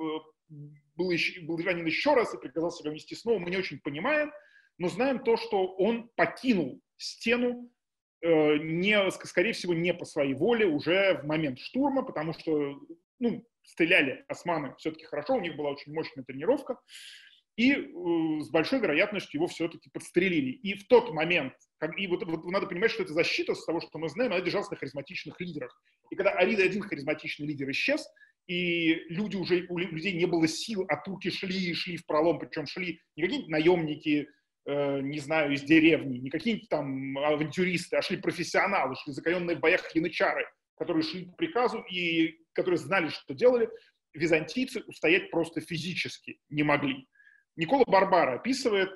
B: был ранен еще раз и приказал себя унести снова. Мы не очень понимаем, но знаем то, что он покинул стену, скорее всего, не по своей воле уже в момент штурма, потому что стреляли османы все-таки хорошо, у них была очень мощная тренировка, и с большой вероятностью его все-таки подстрелили. И в тот момент, вот надо понимать, что это защита с того, что мы знаем, она держалась на харизматичных лидерах. И когда один харизматичный лидер исчез, и у людей не было сил, а турки шли в пролом, причем шли не какие-нибудь наемники, не знаю, из деревни, не какие-нибудь там авантюристы, а шли профессионалы, шли закаленные в боях янычары, которые шли по приказу и которые знали, что делали. Византийцы устоять просто физически не могли. Никола Барбара описывает,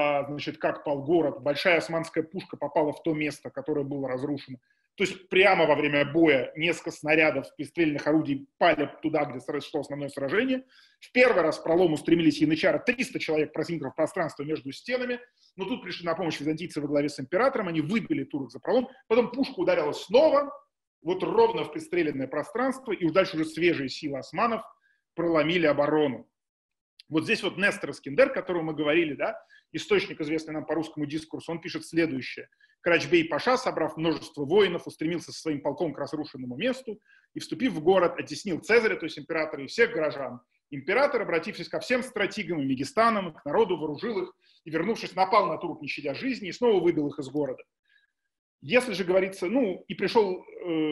B: как пал город. Большая османская пушка попала в то место, которое было разрушено. То есть прямо во время боя несколько снарядов пристрельных орудий пали туда, где шло основное сражение. В первый раз в пролом устремились янычары, 300 человек проникли в пространство между стенами, но тут пришли на помощь византийцы во главе с императором, они выбили турок за пролом, потом пушка ударила снова, вот ровно в пристреленное пространство, и дальше уже свежие силы османов проломили оборону. Вот здесь вот Нестор Искендер, о котором мы говорили, да, источник, известный нам по русскому дискурсу, он пишет следующее. Карачбей-паша, собрав множество воинов, устремился со своим полком к разрушенному месту и, вступив в город, оттеснил Цезаря, то есть императора, и всех горожан. Император, обратившись ко всем стратегам и мегистанам, к народу, вооружил их и, вернувшись, напал на турок, не щадя жизни, и снова выбил их из города. Если же говорится, и пришел...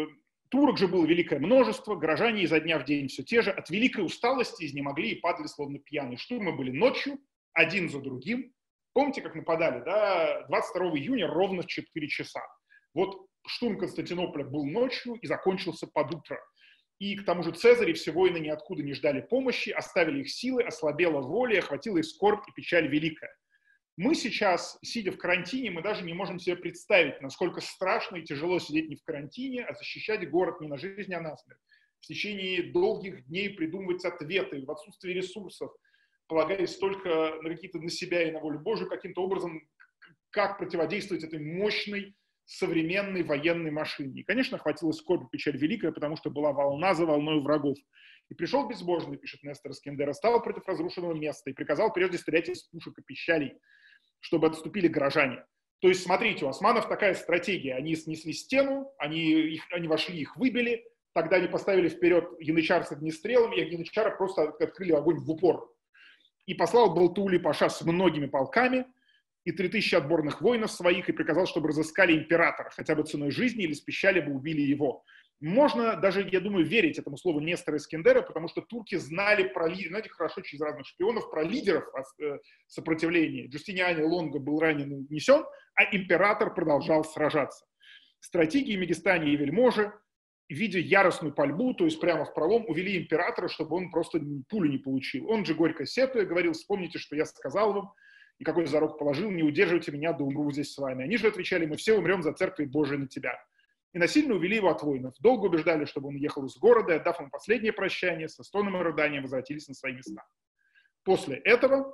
B: Турок же было великое множество, горожане изо дня в день все те же, от великой усталости изнемогли и падали словно пьяные. Штурмы были ночью, один за другим. Помните, как нападали, да? 22 июня ровно в 4 часа. Вот штурм Константинополя был ночью и закончился под утро. И к тому же Цезарь и все воины ниоткуда не ждали помощи, оставили их силы, ослабела воля, охватила их скорбь и печаль великая. Мы сейчас, сидя в карантине, мы даже не можем себе представить, насколько страшно и тяжело сидеть не в карантине, а защищать город не на жизнь, а на смерть. В течение долгих дней придумывать ответы, в отсутствии ресурсов, полагаясь только на себя и на волю Божию, каким-то образом, как противодействовать этой мощной современной военной машине. И, конечно, хватило скорбь и печаль великая, потому что была волна за волной врагов. И пришел безбожный, пишет Нестор Искендер, стал против разрушенного места и приказал прежде стрелять из пушек и пищалей, чтобы отступили горожане. То есть, смотрите, у османов такая стратегия. Они снесли стену, они вошли, их выбили, тогда они поставили вперед янычар с огнестрелом, и янычары просто открыли огонь в упор. И послал Балтули-паша с многими полками и 3000 отборных воинов своих, и приказал, чтобы разыскали императора, хотя бы ценой жизни, или с пищали бы убили его. Можно даже, я думаю, верить этому слову Нестора Искендера, потому что турки знали про лидеров, знаете, хорошо через разных шпионов, про лидеров сопротивления. Джустиниани Лонго был ранен и унесен, а император продолжал сражаться. Стратеги Мегистани и вельможи, видя яростную пальбу, то есть прямо в пролом, увели императора, чтобы он просто пулю не получил. Он же горько сетуя говорил: вспомните, что я сказал вам, и какой зарок положил, не удерживайте меня, да умру здесь с вами. Они же отвечали: мы все умрем за церковь Божией на тебя. И насильно увели его от воинов. Долго убеждали, чтобы он уехал из города, и, отдав ему последнее прощание, со стоном и рыданием возвратились на свои места. После этого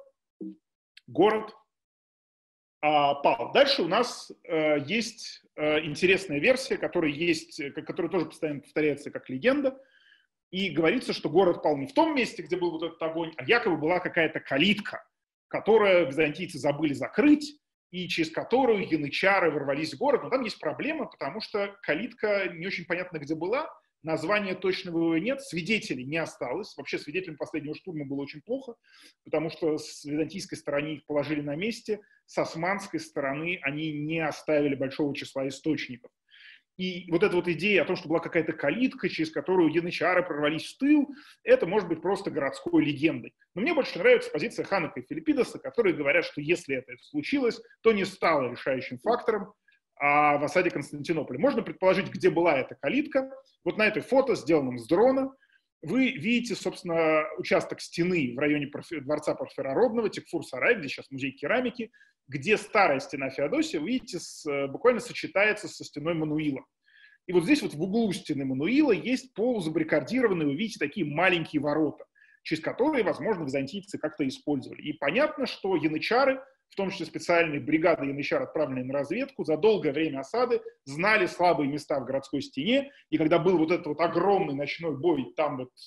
B: город пал. Дальше у нас есть интересная версия, которая тоже постоянно повторяется как легенда. И говорится, что город пал не в том месте, где был вот этот огонь, а якобы была какая-то калитка, которую византийцы забыли закрыть, и через которую янычары ворвались в город. Но там есть проблема, потому что калитка не очень понятно, где была, названия точного нет, свидетелей не осталось. Вообще свидетелям последнего штурма было очень плохо, потому что с византийской стороны их положили на месте, с османской стороны они не оставили большого числа источников. И вот эта вот идея о том, что была какая-то калитка, через которую янычары прорвались в тыл, это может быть просто городской легендой. Но мне больше нравится позиция Ханака и Филиппидеса, которые говорят, что если это случилось, то не стало решающим фактором в осаде Константинополя. Можно предположить, где была эта калитка. Вот на этой фото, сделанном с дрона, вы видите, собственно, участок стены в районе дворца Порфирородного, Текфур-Сарай, где сейчас музей керамики, где старая стена Феодосия, вы видите, буквально сочетается со стеной Мануила. И вот здесь вот в углу стены Мануила есть полузабаррикадированные, вы видите, такие маленькие ворота, через которые, возможно, византийцы как-то использовали. И понятно, что янычары, в том числе специальные бригады янычар, отправленные на разведку, за долгое время осады знали слабые места в городской стене, и когда был вот этот вот огромный ночной бой там вот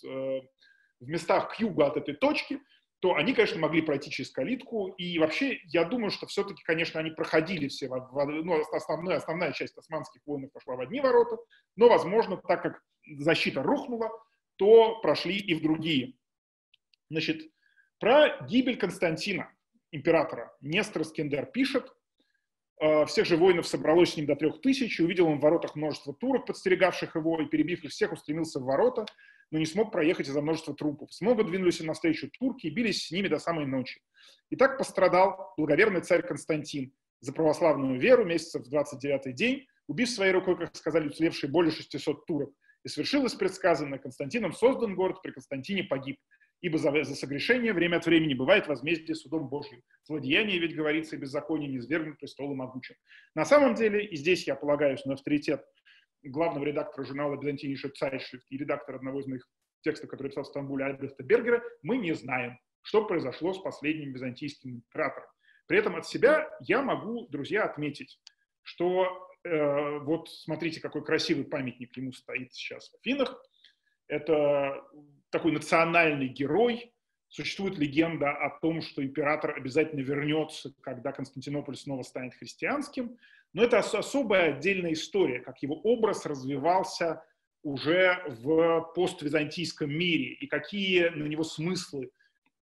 B: в местах к югу от этой точки, то они, конечно, могли пройти через калитку, и вообще, я думаю, что все-таки, конечно, они проходили все, ну, основная часть османских воинов пошла в одни ворота, но, возможно, так как защита рухнула, то прошли и в другие. Значит, про гибель Константина, императора, Нестор Искендер пишет: всех же воинов собралось с ним до 3000, увидел он в воротах множество турок, подстерегавших его, и, перебив их всех, устремился в ворота, но не смог проехать из-за множества трупов. Снова двинулись им навстречу турки и бились с ними до самой ночи. И так пострадал благоверный царь Константин за православную веру месяцев в 29-й день, убив своей рукой, как сказали уцелевшие, более 600 турок. И свершилось предсказанное: Константином создан город, при Константине погиб. Ибо за согрешение время от времени бывает возмездие судом Божьим. Злодеяние, ведь говорится, и беззаконие не свергнут престола могучим. На самом деле, и здесь я полагаюсь на авторитет главного редактора журнала «Byzantinische Zeitschrift» и редактора одного из моих текстов, который писал в Стамбуле, Альбрехта Бергера, мы не знаем, что произошло с последним византийским императором. При этом от себя я могу, друзья, отметить, что вот смотрите, какой красивый памятник ему стоит сейчас в Афинах. Это такой национальный герой. Существует легенда о том, что император обязательно вернется, когда Константинополь снова станет христианским. Но это особая отдельная история, как его образ развивался уже в поствизантийском мире, и какие на него смыслы,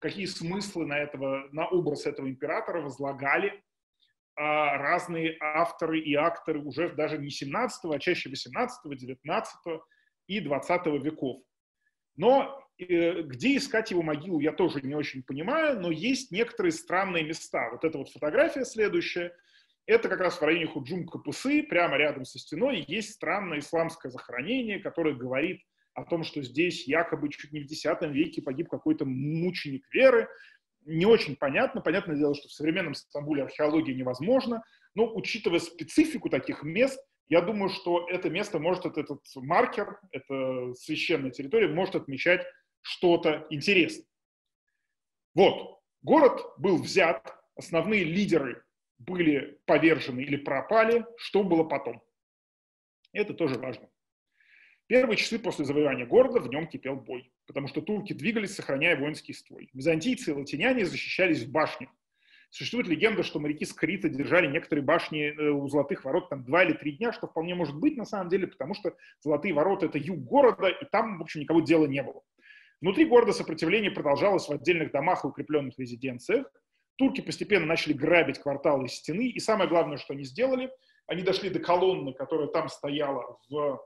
B: на образ этого императора возлагали разные авторы и акторы уже даже не 17-го, а чаще 18-го, 19-го и 20 веков. Но где искать его могилу, я тоже не очень понимаю, но есть некоторые странные места. Вот эта вот фотография следующая, это как раз в районе Худжум-Капысы, прямо рядом со стеной, есть странное исламское захоронение, которое говорит о том, что здесь якобы чуть не в X веке погиб какой-то мученик веры. Не очень понятно. Понятное дело, что в современном Стамбуле археология невозможна, но учитывая специфику таких мест, я думаю, что это место может, этот маркер, эта священная территория может отмечать что-то интересное. Вот, город был взят, основные лидеры были повержены или пропали. Что было потом? Это тоже важно. Первые часы после завоевания города в нем кипел бой, потому что турки двигались, сохраняя воинский строй. Византийцы и латиняне защищались в башнях. Существует легенда, что моряки с Крита держали некоторые башни у Золотых ворот там 2 или 3 дня, что вполне может быть на самом деле, потому что Золотые ворота — это юг города, и там, в общем, никого дела не было. Внутри города сопротивление продолжалось в отдельных домах и укрепленных резиденциях. Турки постепенно начали грабить кварталы и стены, и самое главное, что они сделали, они дошли до колонны, которая там стояла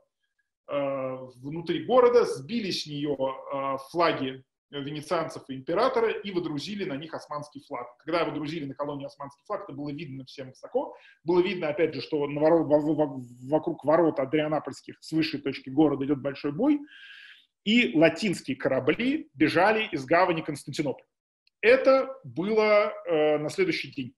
B: внутри города, сбили с нее флаги венецианцев и императора и водрузили на них османский флаг. Когда водрузили на колонию османский флаг, это было видно всем высоко. Было видно, опять же, что вокруг ворот адрианопольских с высшей точки города идет большой бой, и латинские корабли бежали из гавани Константинополя. Это было на следующий день.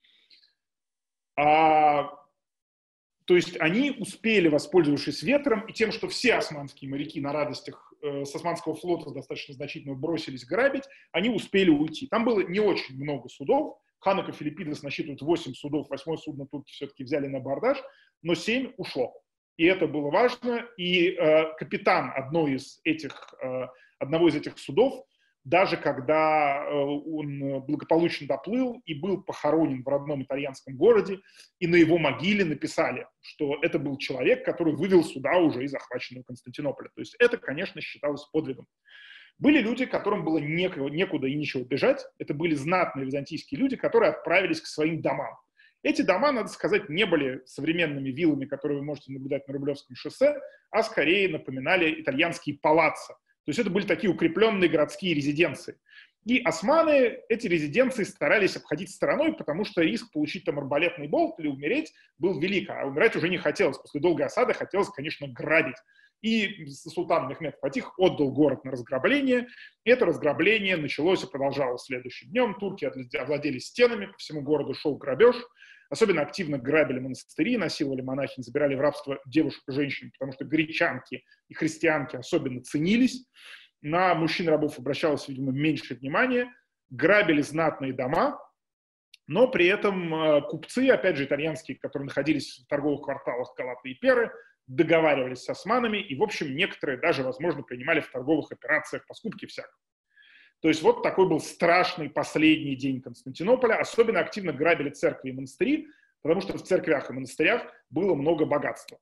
B: То есть они успели, воспользовавшись ветром и тем, что все османские моряки на радостях с османского флота достаточно значительно бросились грабить, они успели уйти. Там было не очень много судов. Ханак и Филиппидес насчитывают 8 судов, 8-е судно турки все-таки взяли на абордаж, но 7 ушло. И это было важно. И капитан одного из этих судов, даже когда он благополучно доплыл и был похоронен в родном итальянском городе, и на его могиле написали, что это был человек, который вывел суда уже из захваченного Константинополя. То есть это, конечно, считалось подвигом. Были люди, которым было некуда и нечего бежать. Это были знатные византийские люди, которые отправились к своим домам. Эти дома, надо сказать, не были современными виллами, которые вы можете наблюдать на Рублевском шоссе, а скорее напоминали итальянские палаццо. То есть это были такие укрепленные городские резиденции. И османы эти резиденции старались обходить стороной, потому что риск получить там арбалетный болт или умереть был велик, а умирать уже не хотелось. После долгой осады хотелось, конечно, грабить. И султан Мехмед Фатих отдал город на разграбление. Это разграбление началось и продолжалось следующим днем. Турки овладели стенами, по всему городу шел грабеж. Особенно активно грабили монастыри, насиловали монахинь, забирали в рабство девушек и женщин, потому что гречанки и христианки особенно ценились. На мужчин-рабов обращалось, видимо, меньше внимания. Грабили знатные дома, но при этом купцы, опять же, итальянские, которые находились в торговых кварталах Галаты и Перы, договаривались с османами, и, в общем, некоторые даже, возможно, принимали в торговых операциях по скупке всякого. То есть вот такой был страшный последний день Константинополя. Особенно активно грабили церкви и монастыри, потому что в церквях и монастырях было много богатства.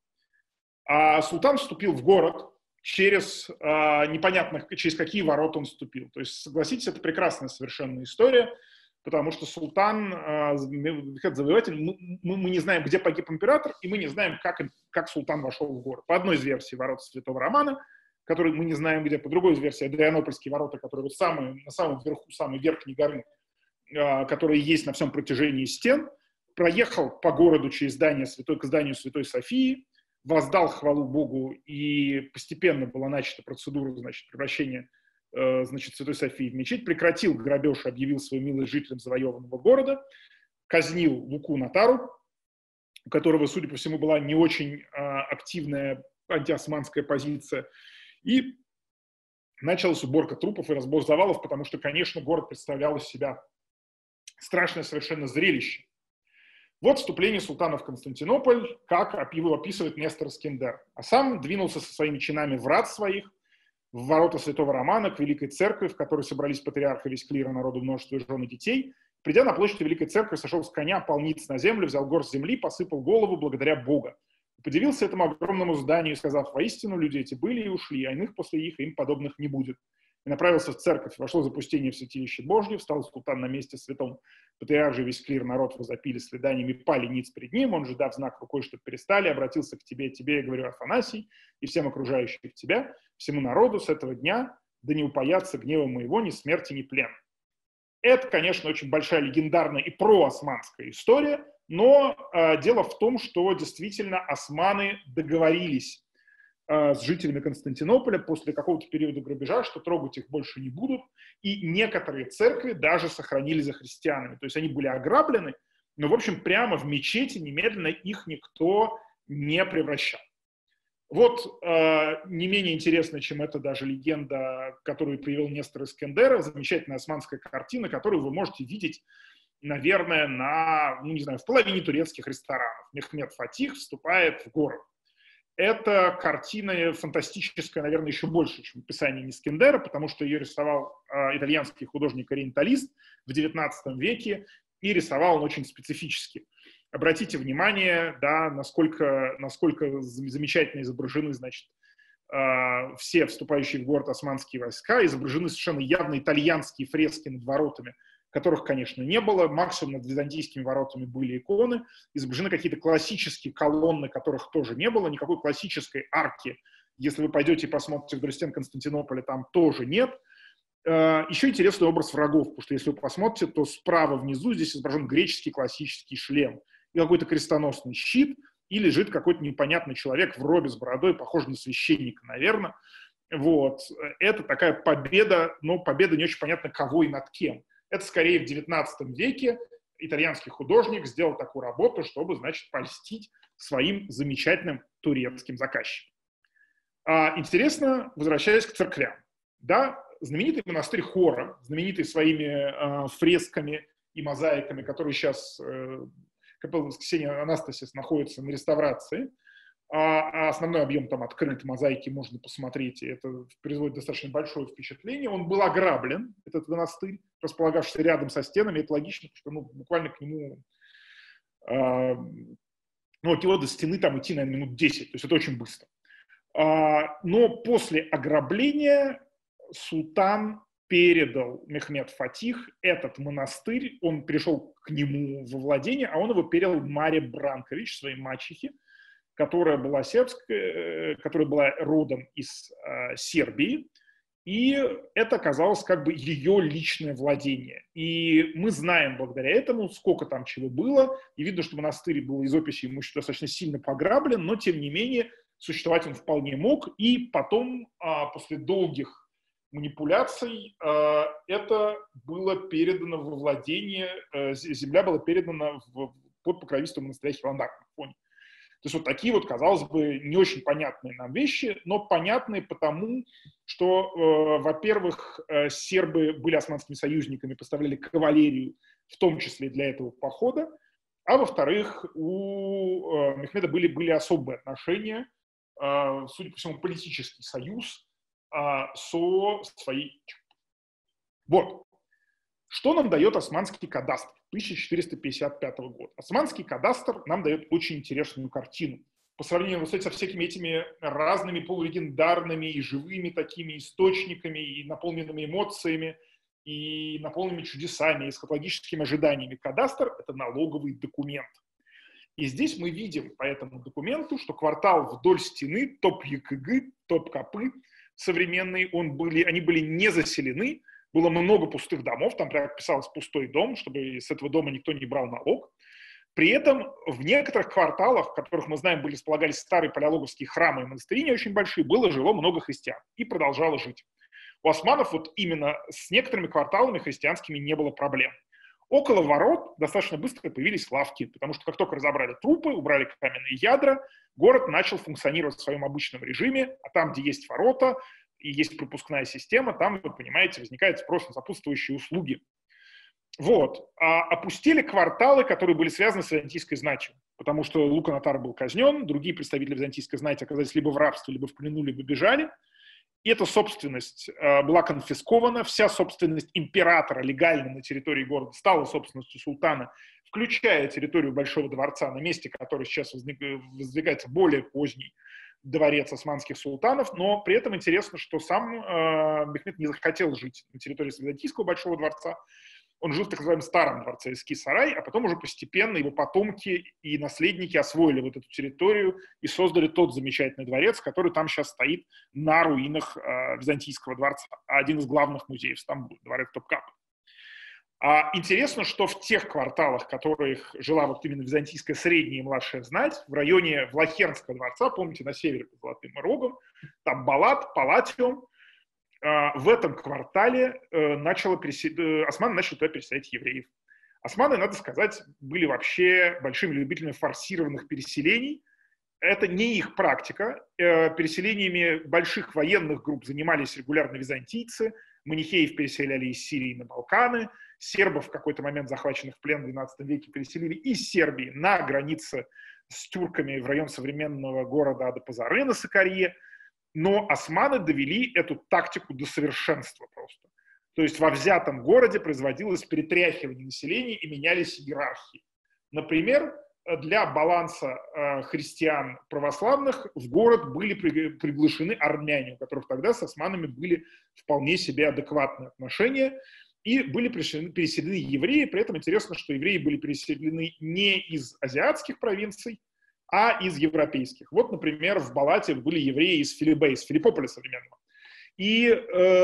B: А султан вступил в город через через какие ворота он вступил. То есть, согласитесь, это прекрасная совершенно история, потому что султан, завоеватель, мы не знаем, где погиб император, и мы не знаем, как султан вошел в город. По одной из версий ворота Святого Романа, который мы не знаем где, по другой из версий Адрианопольские ворота, которые вот на самом верху, самой верхней горы, которые есть на всем протяжении стен, проехал по городу через к зданию Святой Софии, воздал хвалу Богу, и постепенно была начата процедура, превращения Святой Софии в мечеть, прекратил грабеж, объявил свою милость жителям завоеванного города, казнил Луку Натару, у которого, судя по всему, была не очень активная антиосманская позиция, и началась уборка трупов и разбор завалов, потому что, конечно, город представлял из себя страшное совершенно зрелище. Вот вступление султана в Константинополь, как его описывает Нестор Искендер. А сам двинулся со своими чинами в рат своих, в ворота Святого Романа, к Великой Церкви, в которой собрались патриарх и весь клир, народу, множество жен и детей. Придя на площадь Великой Церкви, сошел с коня, пал ниц на землю, взял горсть земли, посыпал голову благодаря Бога. И подивился этому огромному зданию, сказав: воистину люди эти были и ушли, а иных после их им подобных не будет. И направился в церковь, вошло запустение в святилище Божье, встал султан на месте святом, патриарх же весь клир, народ возопили следаниями, пали ниц пред ним, он же, дав знак рукой, чтобы перестали, обратился к тебе, я говорю, Афанасий, и всем окружающих тебя, всему народу с этого дня, да не упоятся гнева моего ни смерти, ни плена. Это, конечно, очень большая легендарная и проосманская история, но дело в том, что действительно османы договорились с жителями Константинополя после какого-то периода грабежа, что трогать их больше не будут, и некоторые церкви даже сохранили за христианами. То есть они были ограблены, но, в общем, прямо в мечети немедленно их никто не превращал. Вот не менее интересно, чем это даже легенда, которую привел Нестор Искендер, замечательная османская картина, которую вы можете видеть, наверное, в половине турецких ресторанов. Мехмед Фатих вступает в город. Эта картина фантастическая, наверное, еще больше, чем описание Искендера, потому что ее рисовал итальянский художник-ориенталист в XIX веке, и рисовал он очень специфически. Обратите внимание, да, насколько замечательно изображены, все вступающие в город османские войска, изображены совершенно явно итальянские фрески над воротами, которых, конечно, не было. Максимум над византийскими воротами были иконы. Изображены какие-то классические колонны, которых тоже не было. Никакой классической арки, если вы пойдете и посмотрите вдоль стен Константинополя, там тоже нет. Еще интересный образ врагов, потому что если вы посмотрите, то справа внизу здесь изображен греческий классический шлем и какой-то крестоносный щит, и лежит какой-то непонятный человек в робе с бородой, похожий на священника, наверное. Вот. Это такая победа, но победа не очень понятно кого и над кем. Это скорее в XIX веке итальянский художник сделал такую работу, чтобы, польстить своим замечательным турецким заказчикам. Интересно, возвращаясь к церквям. Да, знаменитый монастырь Хора, знаменитый своими фресками и мозаиками, который сейчас, капелла Воскресения Анастасис, находится на реставрации, а основной объем там открыт, мозаики можно посмотреть, и это производит достаточно большое впечатление. Он был ограблен, этот монастырь, располагавшийся рядом со стенами. Это логично, потому что буквально к нему, от него до стены там идти, наверное, минут 10, то есть это очень быстро. Но после ограбления султан передал Мехмед Фатих этот монастырь, он пришел к нему во владение, а он его передал Маре Бранкович, своей мачехе, которая была сербская, которая была родом из Сербии, и это оказалось как бы ее личное владение. И мы знаем благодаря этому, сколько там чего было, и видно, что монастырь был из описи имущества достаточно сильно пограблен, но тем не менее существовать он вполне мог, и потом, после долгих манипуляций, это было передано во владение, земля была передана под покровительство монастыря Хиландар на фоне. То есть вот такие вот, казалось бы, не очень понятные нам вещи, но понятные потому, что, во-первых, сербы были османскими союзниками, поставляли кавалерию, в том числе для этого похода, а во-вторых, у Мехмеда были особые отношения, судя по всему, политический союз со своей... Вот. Что нам дает османский кадастр 1455 года? Османский кадастр нам дает очень интересную картину. По сравнению со всякими этими разными полулегендарными и живыми такими источниками, и наполненными эмоциями, и наполненными чудесами, и эсхатологическими ожиданиями. Кадастр – это налоговый документ. И здесь мы видим по этому документу, что квартал вдоль стены, Топ-Якыгы, Топ-Капы, современные, они были не заселены, было много пустых домов, там прямо писалось «пустой дом», чтобы с этого дома никто не брал налог. При этом в некоторых кварталах, в которых, мы знаем, располагались старые палеологовские храмы и монастыри не очень большие, жило много христиан и продолжало жить. У османов вот именно с некоторыми кварталами христианскими не было проблем. Около ворот достаточно быстро появились лавки, потому что как только разобрали трупы, убрали каменные ядра, город начал функционировать в своем обычном режиме, а там, где есть ворота и есть пропускная система, там, вы понимаете, возникает спрос на сопутствующие услуги. Вот. А опустили кварталы, которые были связаны с византийской знатью, потому что Лука-Натар был казнен, другие представители византийской знати оказались либо в рабстве, либо в плену, либо бежали. И эта собственность была конфискована, вся собственность императора легально на территории города стала собственностью султана, включая территорию Большого дворца, на месте, который сейчас воздвигается более поздний дворец османских султанов, но при этом интересно, что сам Мехмед не захотел жить на территории византийского Большого дворца, он жил в так называемом старом дворце Эски-Сарай, а потом уже постепенно его потомки и наследники освоили вот эту территорию и создали тот замечательный дворец, который там сейчас стоит на руинах Византийского дворца, один из главных музеев Стамбула, дворец Топкапы. Интересно, что в тех кварталах, в которых жила вот именно византийская средняя и младшая знать, в районе Влахернского дворца, помните, на севере под Золотым Рогом, там Балат, Палатиум, в этом квартале османы начали туда переселять евреев. Османы, надо сказать, были вообще большими любителями форсированных переселений. Это не их практика. Переселениями больших военных групп занимались регулярно византийцы. Манихеев переселяли из Сирии на Балканы. Сербов в какой-то момент, захваченных в плен в XII веке, переселили из Сербии на границе с тюрками в район современного города Адапазары на Сакарье. Но османы довели эту тактику до совершенства просто. То есть во взятом городе производилось перетряхивание населения и менялись иерархии. Например, для баланса христиан православных в город были приглашены армяне, у которых тогда с османами были вполне себе адекватные отношения, и были переселены евреи. При этом интересно, что евреи были переселены не из азиатских провинций, а из европейских. Вот, например, в Балате были евреи из Филиппе, из Филиппополя современного. И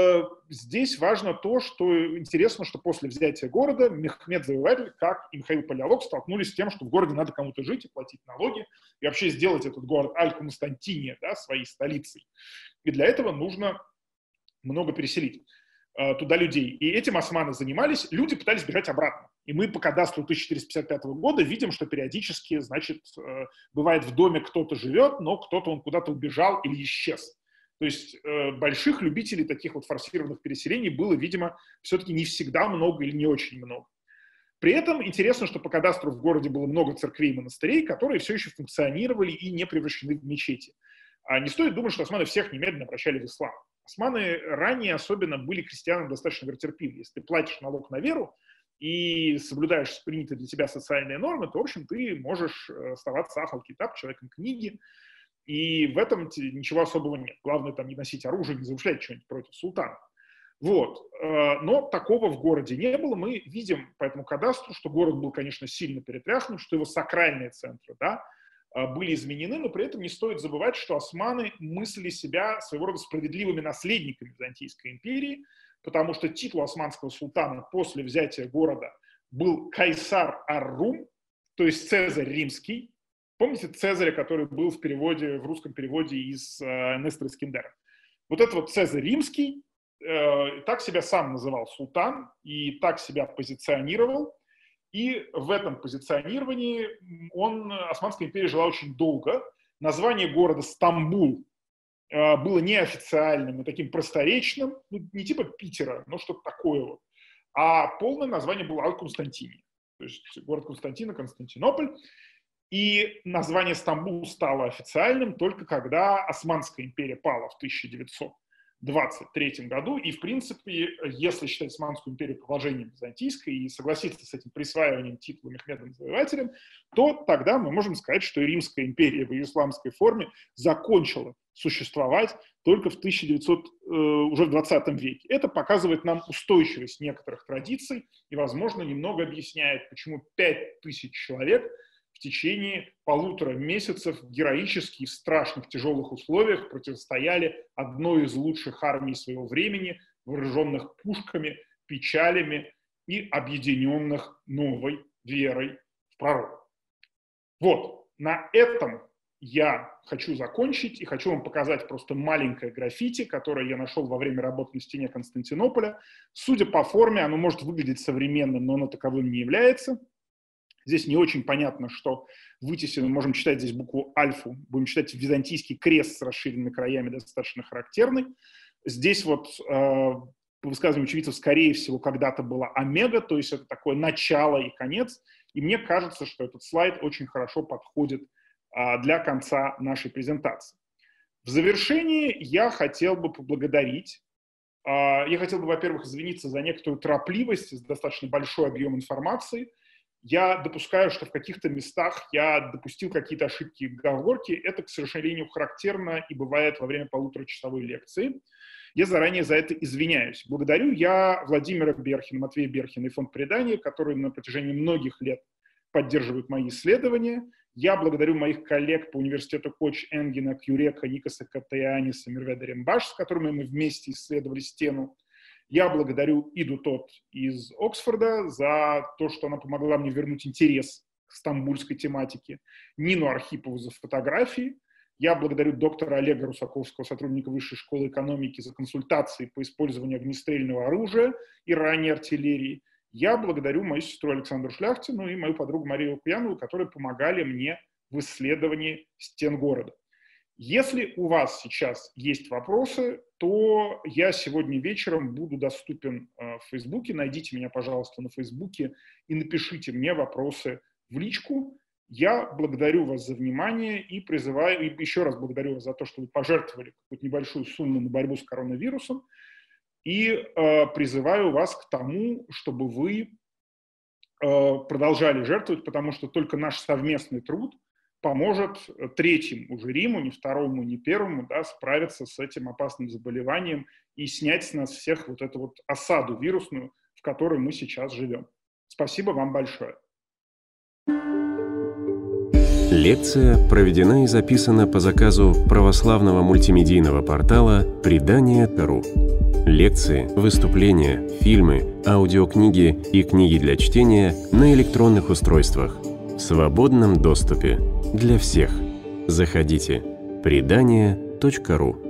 B: здесь важно то, что интересно, что после взятия города Мехмед Завоеватель, как и Михаил Палеолог, столкнулись с тем, что в городе надо кому-то жить и платить налоги, и вообще сделать этот город Аль-Константиния, да, своей столицей. И для этого нужно много переселить туда людей. И этим османы занимались, люди пытались бежать обратно. И мы по кадастру 1455 года видим, что периодически, значит, бывает в доме кто-то живет, но кто-то он куда-то убежал или исчез. То есть больших любителей таких вот форсированных переселений было, видимо, все-таки не всегда много или не очень много. При этом интересно, что по кадастру в городе было много церквей и монастырей, которые все еще функционировали и не превращены в мечети. А не стоит думать, что османы всех немедленно обращали в ислам. Османы ранее особенно были христианам достаточно веротерпимы. Если ты платишь налог на веру и соблюдаешь принятые для тебя социальные нормы, то, в общем, ты можешь оставаться ахал-китаб, человеком книги, и в этом ничего особого нет. Главное там не носить оружие, не замышлять что-нибудь против султана. Вот. Но такого в городе не было. Мы видим по этому кадастру, что город был, конечно, сильно перетряхнут, что его сакральные центры, да, были изменены, но при этом не стоит забывать, что османы мыслили себя своего рода справедливыми наследниками Византийской империи, потому что титул османского султана после взятия города был Кайсар ар-Рум, то есть Цезарь римский. Помните Цезаря, который был в русском переводе из Нестора Искендера? Вот это вот Цезарь римский, так себя сам называл султан и так себя позиционировал. И в этом позиционировании Османская империя жила очень долго. Название города Стамбул было неофициальным и таким просторечным, не типа Питера, но что-то такое вот. А полное название было Аль-Константиния. То есть город Константина, Константинополь. И название Стамбул стало официальным только когда Османская империя пала в 1923 году. И, в принципе, если считать Османскую империю продолжением византийской и согласиться с этим присваиванием титула Мехмедом Завоевателем, то тогда мы можем сказать, что и Римская империя в ее исламской форме закончила существовать только уже в 20 веке. Это показывает нам устойчивость некоторых традиций и, возможно, немного объясняет, почему 5000 человек в течение 1,5 месяцев героически в страшных тяжелых условиях противостояли одной из лучших армий своего времени, вооруженных пушками, печалями и объединенных новой верой в пророка. Вот, на этом я хочу закончить и хочу вам показать просто маленькое граффити, которое я нашел во время работы на стене Константинополя. Судя по форме, оно может выглядеть современным, но оно таковым не является. Здесь не очень понятно, что вытесено. Мы можем читать здесь букву альфу. Будем читать византийский крест с расширенными краями, достаточно характерный. Здесь вот, по высказыванию очевидцев, скорее всего, когда-то была омега, то есть это такое начало и конец. И мне кажется, что этот слайд очень хорошо подходит для конца нашей презентации. В завершении я хотел бы поблагодарить. Я хотел бы, во-первых, извиниться за некоторую торопливость, за достаточно большой объем информации. Я допускаю, что в каких-то местах я допустил какие-то ошибки и оговорки. Это, к сожалению, характерно и бывает во время 1,5-часовой лекции. Я заранее за это извиняюсь. Благодарю я Владимира Берхина, Матвея Берхина и фонд предания, которые на протяжении многих лет поддерживают мои исследования. Я благодарю моих коллег по университету Коч, Энгена, Кюрека, Никоса Катаяниса, Мерведа Рембаш, с которыми мы вместе исследовали стену. Я благодарю Иду Тот из Оксфорда за то, что она помогла мне вернуть интерес к стамбульской тематике, Нину Архипову за фотографии. Я благодарю доктора Олега Русаковского, сотрудника Высшей школы экономики, за консультации по использованию огнестрельного оружия и ранней артиллерии. Я благодарю мою сестру Александру Шляхтину и мою подругу Марию Лукьянову, которые помогали мне в исследовании стен города. Если у вас сейчас есть вопросы, то я сегодня вечером буду доступен в Фейсбуке. Найдите меня, пожалуйста, на Фейсбуке и напишите мне вопросы в личку. Я благодарю вас за внимание и призываю, и еще раз благодарю вас за то, что вы пожертвовали какую-то небольшую сумму на борьбу с коронавирусом. И призываю вас к тому, чтобы вы продолжали жертвовать, потому что только наш совместный труд поможет третьему уже Риму, не второму, не первому, да, справиться с этим опасным заболеванием и снять с нас всех вот эту вот осаду вирусную, в которой мы сейчас живем. Спасибо вам большое.
C: Лекция проведена и записана по заказу православного мультимедийного портала «Предания.ру». Лекции, выступления, фильмы, аудиокниги и книги для чтения на электронных устройствах в свободном доступе для всех. Заходите. Предания.ру